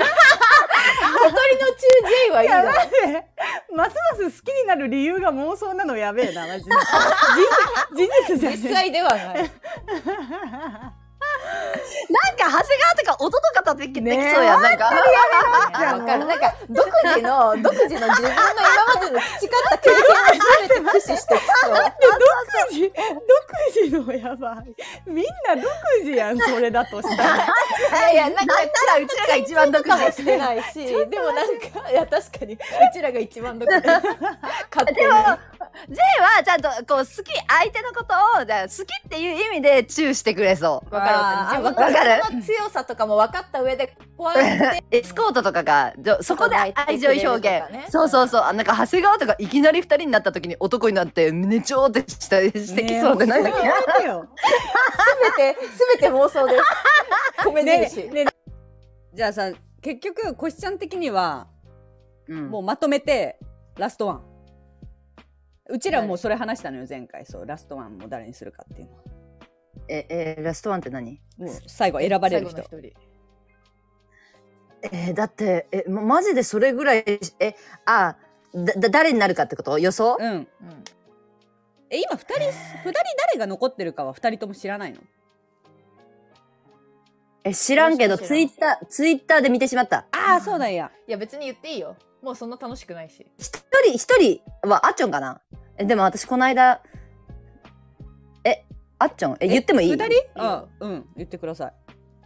B: ー J はいい
D: や
B: な。
D: ばいねますます好きになる理由が妄想なのやべえなマジで事実じゃね
B: 実際ではない。
C: なんか、長谷川とか音とか立ってきてきそうやん。なんか。
B: わかる。なんか独自の独自の自分の今までの培った経験を全て駆使してきそう。
D: 独自独自のやばいみんな独自やんそれだとしたら
B: いやいや、なんか
C: なんならうちらが一番独
B: かも
C: 自
B: しれないし、でもなんか、いや確かにうちらが一番独自。勝手に。
C: でも、J はちゃんとこう好き、相手のことをじゃあ好きっていう意味でチューしてくれそう。
B: わかるわかる。
D: あー
B: 自分
C: わかる
B: のその強さとかも分かった上で、こうやって。
C: エスコートとかが、じょそこで愛情表
B: 抱いてくれるとか
C: 現。
B: ね
C: そうそうそう。あなんか長谷川とかいきなり二人になった時に男になって胸ちょーってしたりしてきそうで、なんだっけ
D: やめてよ
B: すべて、すべて妄想です。米
D: ね
B: 印。
D: ねじゃあさ結局こしちゃん的には
C: うん
D: もうまとめてラストワン。うちらもうそれ話したのよ前回。そうラストワンも誰にするかっていうのは。
C: ええラストワンって何？
D: もう最後選ばれる人。
B: 最後の一人。
C: えーだってえまマジでそれぐらいえあだだ誰になるかってこと予想？
D: うん。
B: うん
D: え今ふたりふたり誰が残ってるかはふたりとも知らないの？
C: え知らんけど
B: 知らん
C: ツイッターツイッターで見てしまった。
D: ああそうなんや。
B: いや別に言っていいよ。もうそんな楽しくないし。
C: 一人一人はあっちょんかな。えでも私この間えあっちょんえ言ってもいい？
D: ふたり？
B: いいよ
D: あうん言ってください。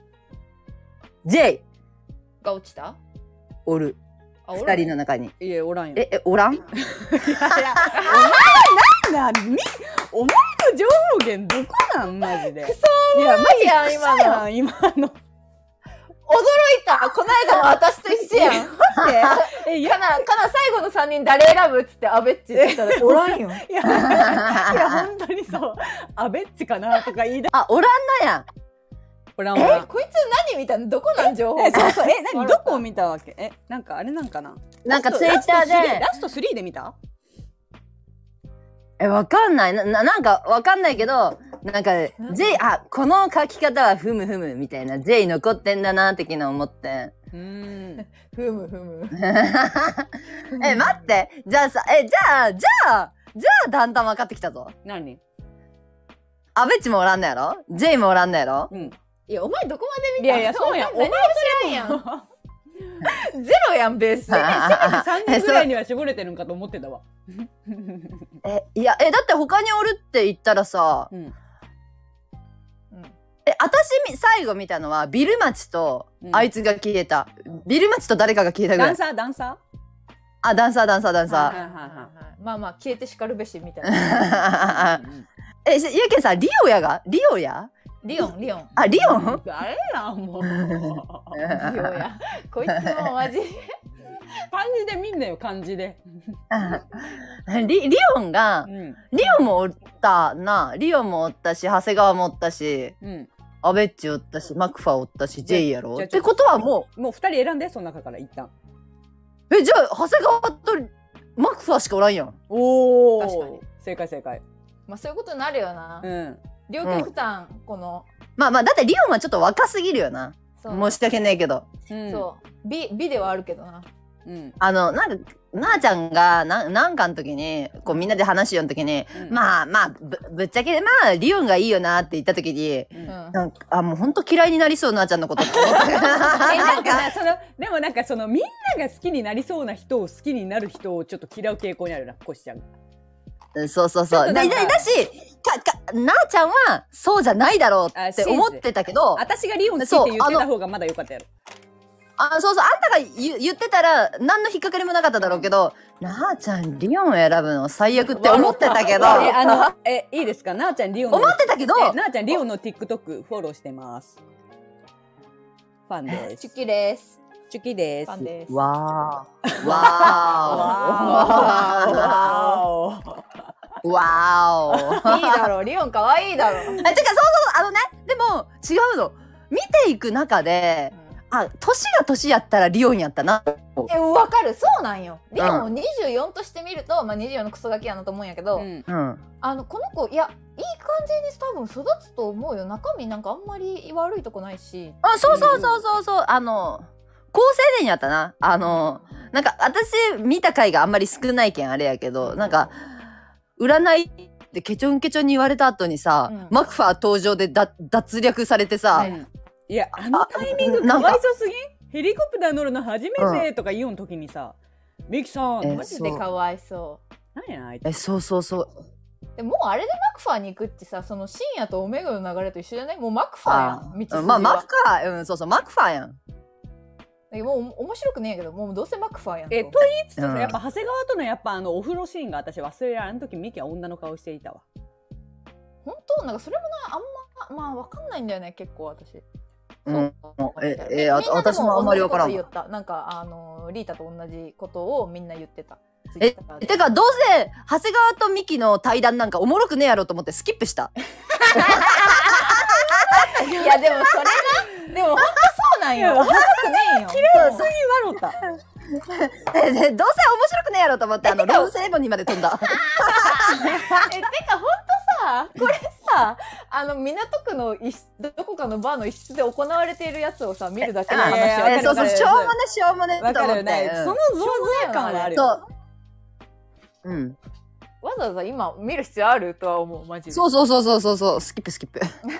C: J
B: が落ちた？
C: おる
B: あ、
C: 二人の中に。
D: いやおらんよ。
C: ええおらん？
D: いやいやお前何お前の情報源どこなんマジで。クソいやマジ
B: やん今の
D: クソやん今の。
B: 驚いた。この間の私と一緒やん。
D: えいや
B: かな、かな最後のさんにん誰選ぶっつってアベッチって言ったらおらんよ。
D: いやいや本当にそうアベッチかなとか言いだ。
C: あおらんのやん。
D: おらんおらん。
B: こいつ何見たの？どこなん情報？
D: えそうそうえ何どこを見たわけ？えなんかあれなんかな。
C: なんかツイッターで
D: ラストスリーで見た？
C: えわかんないなななんかわかんないけどなんか J あこの書き方はふむふむみたいな J 残ってんだな的な思って
D: うーん。
B: ふむふむ。
C: え待ってじゃあさえじゃあじゃあじゃあだんだん分かってきたぞ。
D: 何？
C: アベッチもおらんのやろ J もおらんのやろ。
D: うん。
B: いやお前どこまで見た？
D: いやいやそうやん。お前
B: 何も知らんやん。ゼロやんベース。
D: さんにんぐらいには絞れてるんかと思ってたわ。
C: えいやえだって他におるって言ったらさ
D: うん。
B: うん
C: え私み最後見たのはビルマチと
D: うん
C: あいつが消えた、ビルマチと誰かが消えたぐらい。
D: ダンサーダンサ
C: あダンサーダンサーダンサ
D: はいはいは
B: まあまあ消えて叱るべしみたいな。
C: ー
D: ー。うん
C: えしゆうけんさんリオやがリオや
B: リオンリオン。
C: あリオン
D: 誰やもう。
B: リオや。こいつもマジ。
D: 漢字で見んなよ漢字で。
C: リリオンが
D: うん
C: リオンもおったな。リオンもおったし長谷川もおったし
D: うん。
C: アベッチおったしマクファおったし J やろ
D: じゃあ
C: ってことはも
D: もう二人選んでその中から一旦。
C: うえじゃあ長谷川とマクファしかおらんやん。
D: おお。
B: 確かに。
D: 正解正解。
B: まあそういうことになるよな。
D: うん。
B: 両極端この。
C: まあまあだってリオンはちょっと若すぎるよな。
B: そう
C: 申し訳ないけど
D: うん。
B: そう美美ではあるけどな。
D: うん。
C: あのなんかなあちゃんがななんかの時にこうみんなで話しよう時に、
D: うん
C: まあまあぶぶっちゃけまあリオンがいいよなって言った時に
D: う
B: うんん。
C: なんかあもうほんと嫌いになりそうなあちゃんのことって思って
D: えなんかなそのでもなんかそのみんなが好きになりそうな人を好きになる人をちょっと嫌う傾向にあるなコシちゃんが。
C: うんそうそうそう。でだ
D: ちょっとなんか
C: だしかかなあちゃんはそうじゃないだろう
D: あ
C: って思ってたけど
D: 私がリオン好きって言ってた方がまだ良かったやろ。
C: あそうそうあんたが言言ってたら何の引っかかりもなかっただろうけど、なあちゃんリオンを選ぶの最悪って思ってたけど
D: えあのえいいですかなあちゃんリオンの
C: 思ってたけど
D: えなあちゃんリオンの TikTok フォローしてます。ファンです。
B: チュキです。
D: チュキです。
B: ファンです。
C: わーわ
D: わ
C: ーわー
B: いいだろう、リオン可愛いだろう。
C: えてかそうそうあのねでも違うの見ていく中であ年が年やったらリオンやったな
B: え、わかる、そうなんよ。リオンをにじゅうよんとしてみると、まあにじゅうよんのクソガキやなと思うんやけど、
D: うん
C: うん
B: あのこの子いやいい感じに多分育つと思うよ。中身なんかあんまり悪いとこないし。
C: あそうそうそうそうそうあの高青年やったなあのなんか私見た回があんまり少ないけんあれやけどなんか占いってケチョンケチョンに言われた後にさ、
B: うん
C: マクファー登場でだ脱略されてさ、
D: うんいやあのタイミングか
C: なんか
D: わいそうすぎんヘリコプター乗るの初めてとか言おん時にさ「ミキさん
C: え
B: マジでかわいそ
D: 何やあいつ
C: えそうそうそう
B: う。でもうあれでマクファーに行くってさ、その深夜とオメガの流れと一緒じゃない？もうマクファーや
C: あ
B: ん。道筋は
C: まあマクファーうんそうそうマクファーやん
B: もう面白くねえけど、もうどうせマクファーやんと。
D: えと言いつつさ
C: うん
D: やっぱ長谷川とのやっぱあのお風呂シーンが私忘れられんあの時ミキは女の顔していたわ。
B: 本当なんかそれもなあんままあわかんないんだよね結構私。
C: うん
B: そう
C: ええあ
B: みんなで
C: 私もあんまりわからんわ
B: 同じこと言った。なんかあのリータと同じことをみんな言ってた。
C: え
B: Twitter で
C: てかどうせ長谷川とミキの対談なんかおもろくねえやろと思ってスキップした
B: いやでもそれな、でも本当そうなんよ。面白くねえよ。
D: 普通に笑った
C: えでどうせ面白くねえやろと思ってあのロンセレモニーまで飛んだ。
B: え、てかほんとさ、これさ、あの港区の一室どこかのバーの一室で行われているやつをさ見るだけの話
D: いやいや
B: わかる
C: えそうそう
B: わかる
C: しょうもねしょうもね
D: わか
C: と思って
D: るね、その想像感はあるよ。
C: そううん
B: わざわざ今見る必要あるとは思うマジで。
C: そうそうそうそうそうそうスキップスキップ。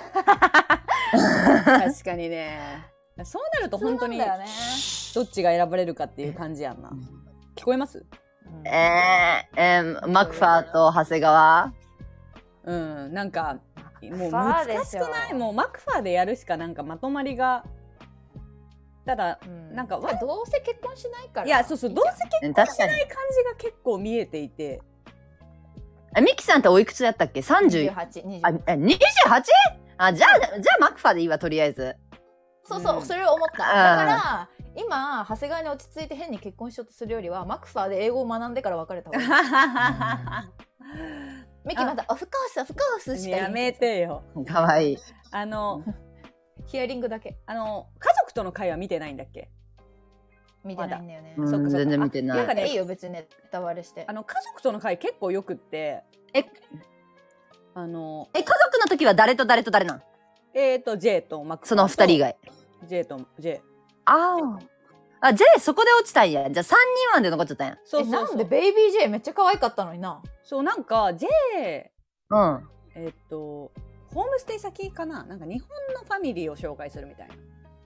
D: 確かにね。そうなると本当に
B: そうなんだよね。
D: どっちが選ばれるかっていう感じやんな。聞こえます？
B: うん
C: えー、えー、マクファーと長谷川
D: うんなんかもう
B: マクファー
D: 難
B: でしょ
D: しくない？もうマクファーでやるしかなんかまとまりが。ただ、
B: うん
D: なんか
B: まあどうせ結婚しないから。
D: いやそうそうどうせ結婚しない感じが結構見えていて。
C: えミキさんっておいくつやったっけ？ さんじゅう
B: にじゅうはち、にじゅう
C: あえ にじゅうはち？ あじゃあじゃあマクファーでいいわとりあえず。
B: そうそう、
D: うん
B: それを思った。だ
C: あー
B: から今長谷川に落ち着いて変に結婚しようとするよりはマクファーで英語を学んでから別れた方がいい。ミキまだオフコースオフコースしか言えない
D: やめてよ。
C: かわいい。
D: あの
B: ヒアリングだけ
D: あの家族との会話見てないんだっけ？
B: 見てないんだよね。
C: うん
D: そっかそっか
C: 全然見てない。
D: なんかね
B: いいよ別にネタバレして
D: あ。の家族との会結構よくって
C: え
D: あの
C: え家族の時は誰と誰と誰なん？
D: えーと J とマックス
C: その二人以外。
D: J と J
C: ああ。あ、J そこで落ちたんや。じゃあさんにんわんで残っちゃったんや。
D: そうそうそう
B: えなんでベイビー J めっちゃ可愛かったのにな。
D: そうなんか J
C: うん。
D: えっとホームステイ先かななんか日本のファミリーを紹介するみたいな。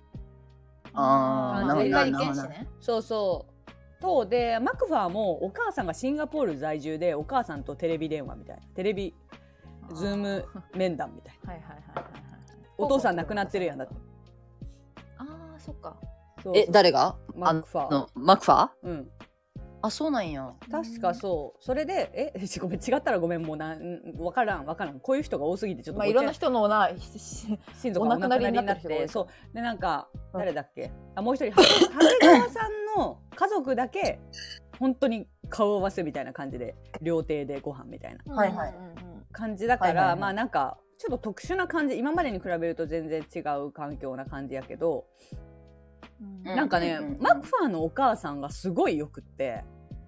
C: あー
B: まアメリカ
C: なるほど
B: 行けんしね。
D: そうそうとでマクファーもお母さんがシンガポール在住でお母さんとテレビ電話みたいなテレビズーム面談みたいな。
B: はいはいはいはいはい。
D: お父さん亡くなってるやんだって。
B: ああそっか。
D: そうそう
C: え誰が？
D: マクファー
C: あのマクファー？
D: うん
C: あそうなんや。
D: 確かそうそれでえごめん違ったらごめんもうなん分からん分からんこういう人が多すぎてちょっと
B: まあいろんな人のな
D: 親族がお亡くなりになって
B: お亡くなりになってる人が多い
D: そうでなんか誰だっけあもう一人長谷川さんの家族だけ本当に顔を合わせみたいな感じで料亭でご飯みたいな
C: はいはい
B: うんうんうん
D: 感じだから、
C: はいはいはい
D: まあなんかちょっと特殊な感じ今までに比べると全然違う環境な感じやけど、
B: うん
D: なんかね、
C: うんうんうん
D: マクファーのお母さんがすごいよくって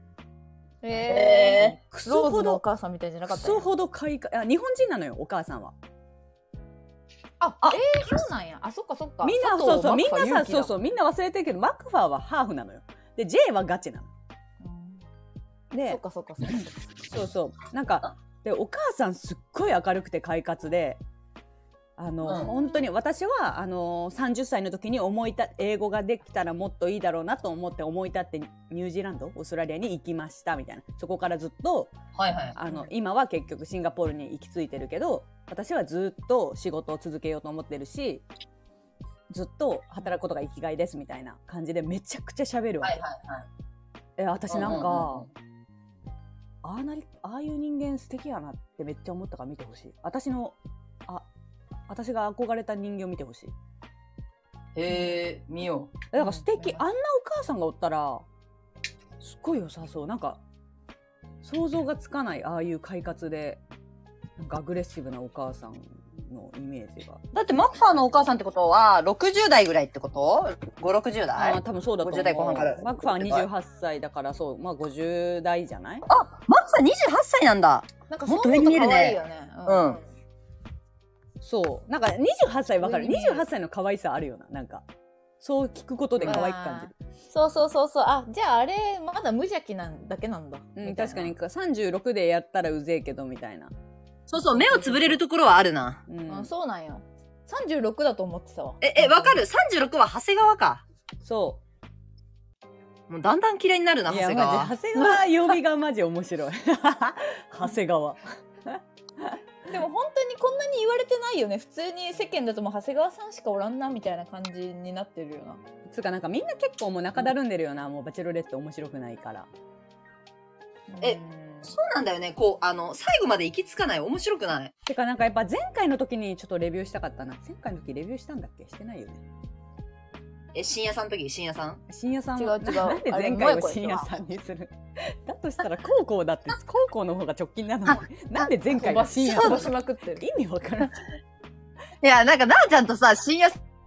B: えー、
D: ク
B: ロ
D: ソほど
B: ーズのお母さんみたいじゃなかったよ。
D: クソほど快感あ日本人なのよお母さんは。
B: あ、あ、えー、そうなんや。あ、そっかそっか。
D: みんな
B: 佐藤
D: そうそうみんな
B: マクファ
D: さそうそうみんな忘れてるけどマクファーはハーフなのよ。で J はガチなの。
B: そっ
D: で
B: かそっかそっか。
D: そうそうなんかでお母さんすっごい明るくて快活であの、
C: うん
D: 本当に私はあのさんじゅっさいの時に思いた英語ができたらもっといいだろうなと思って思い立ってニュージーランドオーストラリアに行きましたみたいなそこからずっと
C: はいはい。
D: あの今は結局シンガポールに行き着いてるけど私はずっと仕事を続けようと思ってるしずっと働くことが生きがいですみたいな感じでめちゃくちゃ喋るわけ、
C: はいはいはい。
D: え私なんか、
C: うんうんうんうん
D: ああなりああいう人間素敵やなってめっちゃ思ったから見てほしい私のあ私が憧れた人形を見てほしい
C: へえ見よ
D: だから素敵あんなお母さんがおったらすっごい良さそうなんか想像がつかないああいう快活でなんかアグレッシブなお母さんのイメージが
C: う。だってマクファーのお母さんってことはろくじゅう代ぐらいってこと？ご、ろくじゅう
D: あ
C: 代？
D: ー多分そうだと思う
C: ごじゅう代後半から
D: マクファーはにじゅうはっさいだからそうまあごじゅう代じゃない
C: あマクファーにじゅうはっさいなんだ。
B: なんか
C: もっ
B: そう思うと
C: と上に見えるね
B: 可愛いよね。
C: うん
D: そうなんかにじゅうはっさいわかる
B: 上に見える
D: にじゅうはっさいの可愛さあるよななんかそう聞くことで可愛く感じる
B: そうそうそうそう。あ、じゃああれまだ無邪気なんだけなんだ。
D: うん、
B: みたいな
D: 確かにさんじゅうろくでやったらうぜえけどみたいな、
C: そうそう目をつぶれるところはあるな。
D: うん
B: あ、そうなんよ。さんじゅうろくだと思ってたわ。
C: ええわかる？さんじゅうろくは長谷川か。
D: そ
C: もうだんだん嫌いになるな
D: ういや
C: 長谷川。
D: マジ長谷川曜日がマジ面白い長谷川
B: でも本当にこんなに言われてないよね。普通に世間だともう長谷川さんしかおらんなみたいな感じになってるよな。
D: つうかなんかみんな結構もう中だるんでるよなもうバチェロレッテ面白くないから
C: え
B: うん
C: そうなんだよね。こうあの最後まで行き着かない。面白くない。
D: てかなんかやっぱ前回の時にちょっとレビューしたかったな前回の時レビューしたんだっけしてないよね
C: え深夜さんの時深夜さん？
D: 深夜さん
B: 違う違う
D: ななんで前
B: あれ
D: 回を
B: 萌子
D: 深夜さんにするだとしたら高校だって高校の方が直近なのになんで前回が深夜さん
B: 飛ばしまくってる。
D: 意味わからん
C: いやなんかなあちゃんとさ深夜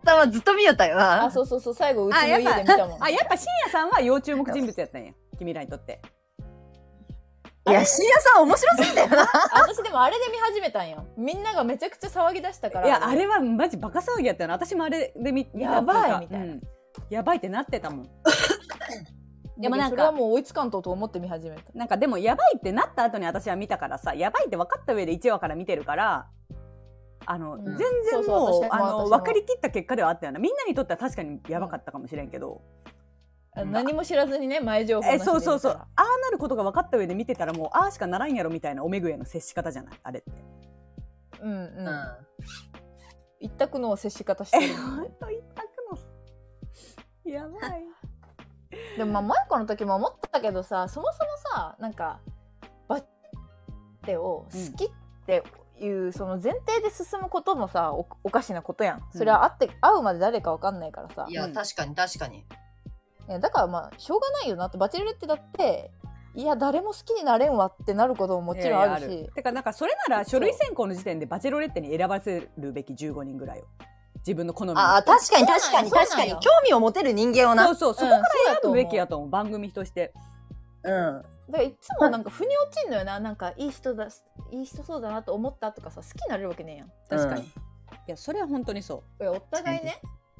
C: さんはずっと見よったよな。
B: あ、そうそうそう、最後うち
D: あ、
B: の
D: やっぱ
B: 家で見たもん。
D: あ、やっぱ深夜さんは要注目人物やったんや。君らにとって。
C: いや、深夜さん面白すぎたよな。
B: 私でもあれで見始めたんよ。みんながめちゃくちゃ騒ぎ出したから。
D: いや、あれはマジバカ騒ぎやったよな。私もあれで見、
B: やばいみたいな、
D: うん、やばいってなってたもん。
B: でもなんかそれはもう追いつかんとと思って見始めた。
D: なんかでもやばいってなった後に私は見たからさ、やばいって分かった上でいちわから見てるから、あの、うん、全然もう、そうそう、あの分かりきった結果ではあったよな。みんなにとっては確かにやばかったかもしれんけど、
B: うん、何も知らずにね、前情報
D: え、そうそうそう、ああなることが分かった上で見てたらもうああしかならんやろみたいなおめぐへの接し方じゃない、あれって。
B: うんうん、うん、一択の接し方してる、ね、
D: ほんと一択のやばい。
B: でもまあ萌子の時も思ったけどさ、そもそもさ、なんかバッテを好きっていう、うん、その前提で進むこともさ お, おかしなことやん。それは会って、うん、会うまで誰か分かんないからさ。
C: いや、確かに確かに。
B: いやだからまあしょうがないよなって。バチェロレッテだっていや誰も好きになれんわってなることももちろんあるし。いやいやある。
D: てかなんかそれなら書類選考の時点でバチェロレッテに選ばせるべきじゅうごにんぐらいを。自分の好み。
C: ああ、確かに確かに確かに。興味を持てる人間をな。
D: そうそう、そこから選ぶべきやと思う、番組として。
C: うん。
B: だからいつもなんか腑に落ちんのよな。なんかいい人だ、いい人そうだなと思ったとかさ、好きになれるわけねえやん。
D: 確かに。うん、いや、それは本当にそう。
B: いや、お互いね。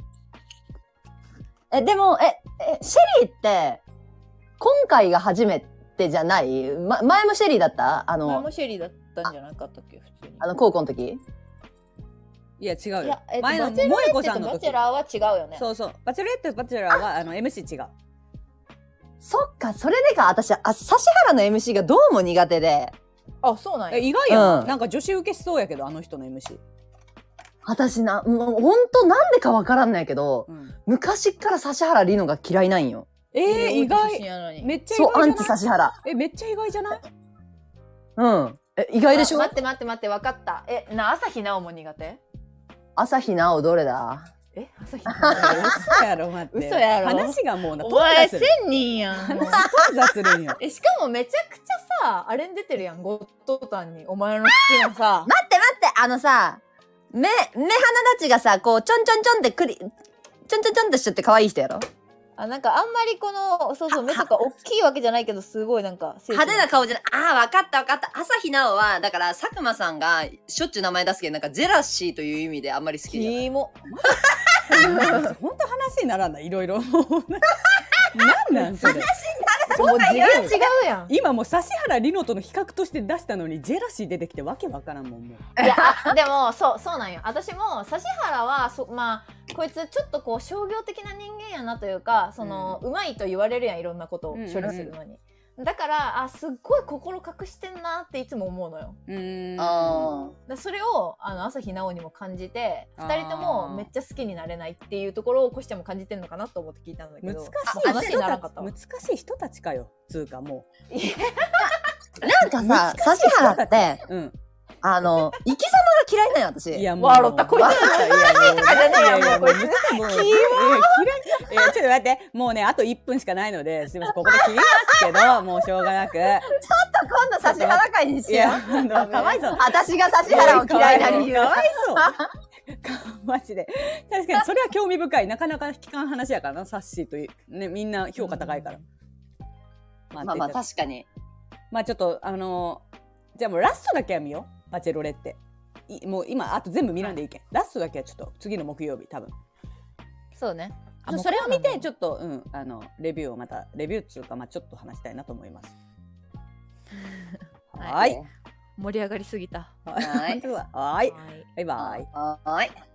C: え、でも、え、え、シェリーって、今回が初めてじゃない、ま、前もシェリーだったあの、
B: 前もシェリーだったんじゃなかったっけ、普通に。
C: あの、高校の時
D: いや違うよ。
B: いや、えっと、
D: 前の
B: バチェロレッテとバチェラーは違うよね。
D: そうそう。バチェロレッテとバチェラーはあの エムシー 違う。
C: そっか、それでか。私、あ、指原の エムシー がどうも苦手で。
B: あ、そうなんや。
D: 意外やな、うん。なんか女子受けしそうやけど、あの人の エムシー。
C: 私な、もうほんとなんでかわからんないけど、うん、昔から指原莉乃が嫌いなんよ。
D: えー、意外。めっちゃ意外じゃない？そう、
C: アンチ指原。
D: え、めっちゃ意外じゃない？
C: うん。え、意外でしょ？
B: 待って待って待って、わかった。え、な、朝日奈央も苦手？
C: 朝日奈央どれだ？
B: え、朝日奈央
D: 嘘やろ、待って。
B: 嘘やろ。
D: 話がもうな、
B: お前千人やん。
D: 話がするんよ。
B: え、しかもめちゃくちゃさ、あれに出てるやん、ゴッドタンに。お前の好きなさ。
C: 待って待って、あのさ、目、目鼻立ちがさ、こう、ちょんちょんちょんってくり、ちょんちょんちょんってしちゃって可愛い人やろ？
B: あ、なんかあんまりこの、そうそう、目とか大きいわけじゃないけど、すごいなんか、
C: 派手な顔じゃない。ああ、わかったわかった。朝日奈央は、だから、佐久間さんがしょっちゅう名前出すけど、なんか、ジェラシーという意味であんまり好きじゃない。
B: キモ。
D: ほんと話にならない、いろいろ。なんなんそれ。話になら
B: もう次元違うやん。
D: 今もう指原莉乃との比較として出したのにジェラシー出てきてわけわからんもん。もう
B: いやでもそうそうなんよ。私も指原はそまあこいつちょっとこう商業的な人間やなというか、その、うん、うまいと言われるやん、いろんなことを処理するのに。うんうんうん、だからあすっごい心隠してんなっていつも思うのよ。うんあだそれをあの朝日奈央にも感じて、ふたりともめっちゃ好きになれないっていうところをこしちゃんも感じてんのかなと思って聞いたんだけど、
D: 難しい話にならなかったわ。難しい人たちかよつうかもう
C: なんかさ指原って、うん、あの生き様が嫌いなんよ私。
B: いやもう笑ったこいつ難しいとかじゃねえよもうこいつ。
D: いやちょっと待ってもうねあといっぷんしかないのですみませんここで切りますけどもうしょうがなくちょっ
C: と今度指原会にしよ
D: う。かわいそう。
C: 私が指原を嫌いな理由。
D: かわいそう。マジで確かにそれは興味深い。なかなか聞かん話やからなサッシーというねみんな評価高いから。
C: まあまあ確かに。
D: まあちょっとあのじゃあもうラストだけは見ようバチェロレッテ。もう今あと全部見らんでいいけん。ラストだけはちょっと次の木曜日多分。
B: そうね。
D: あそれを見てちょっとうんあのレビューをまたレビューっていうかまあちょっと話したいなと思います。はい。
B: 盛り上がりすぎた。
C: はい。
D: はい。バイバイ。
C: はい。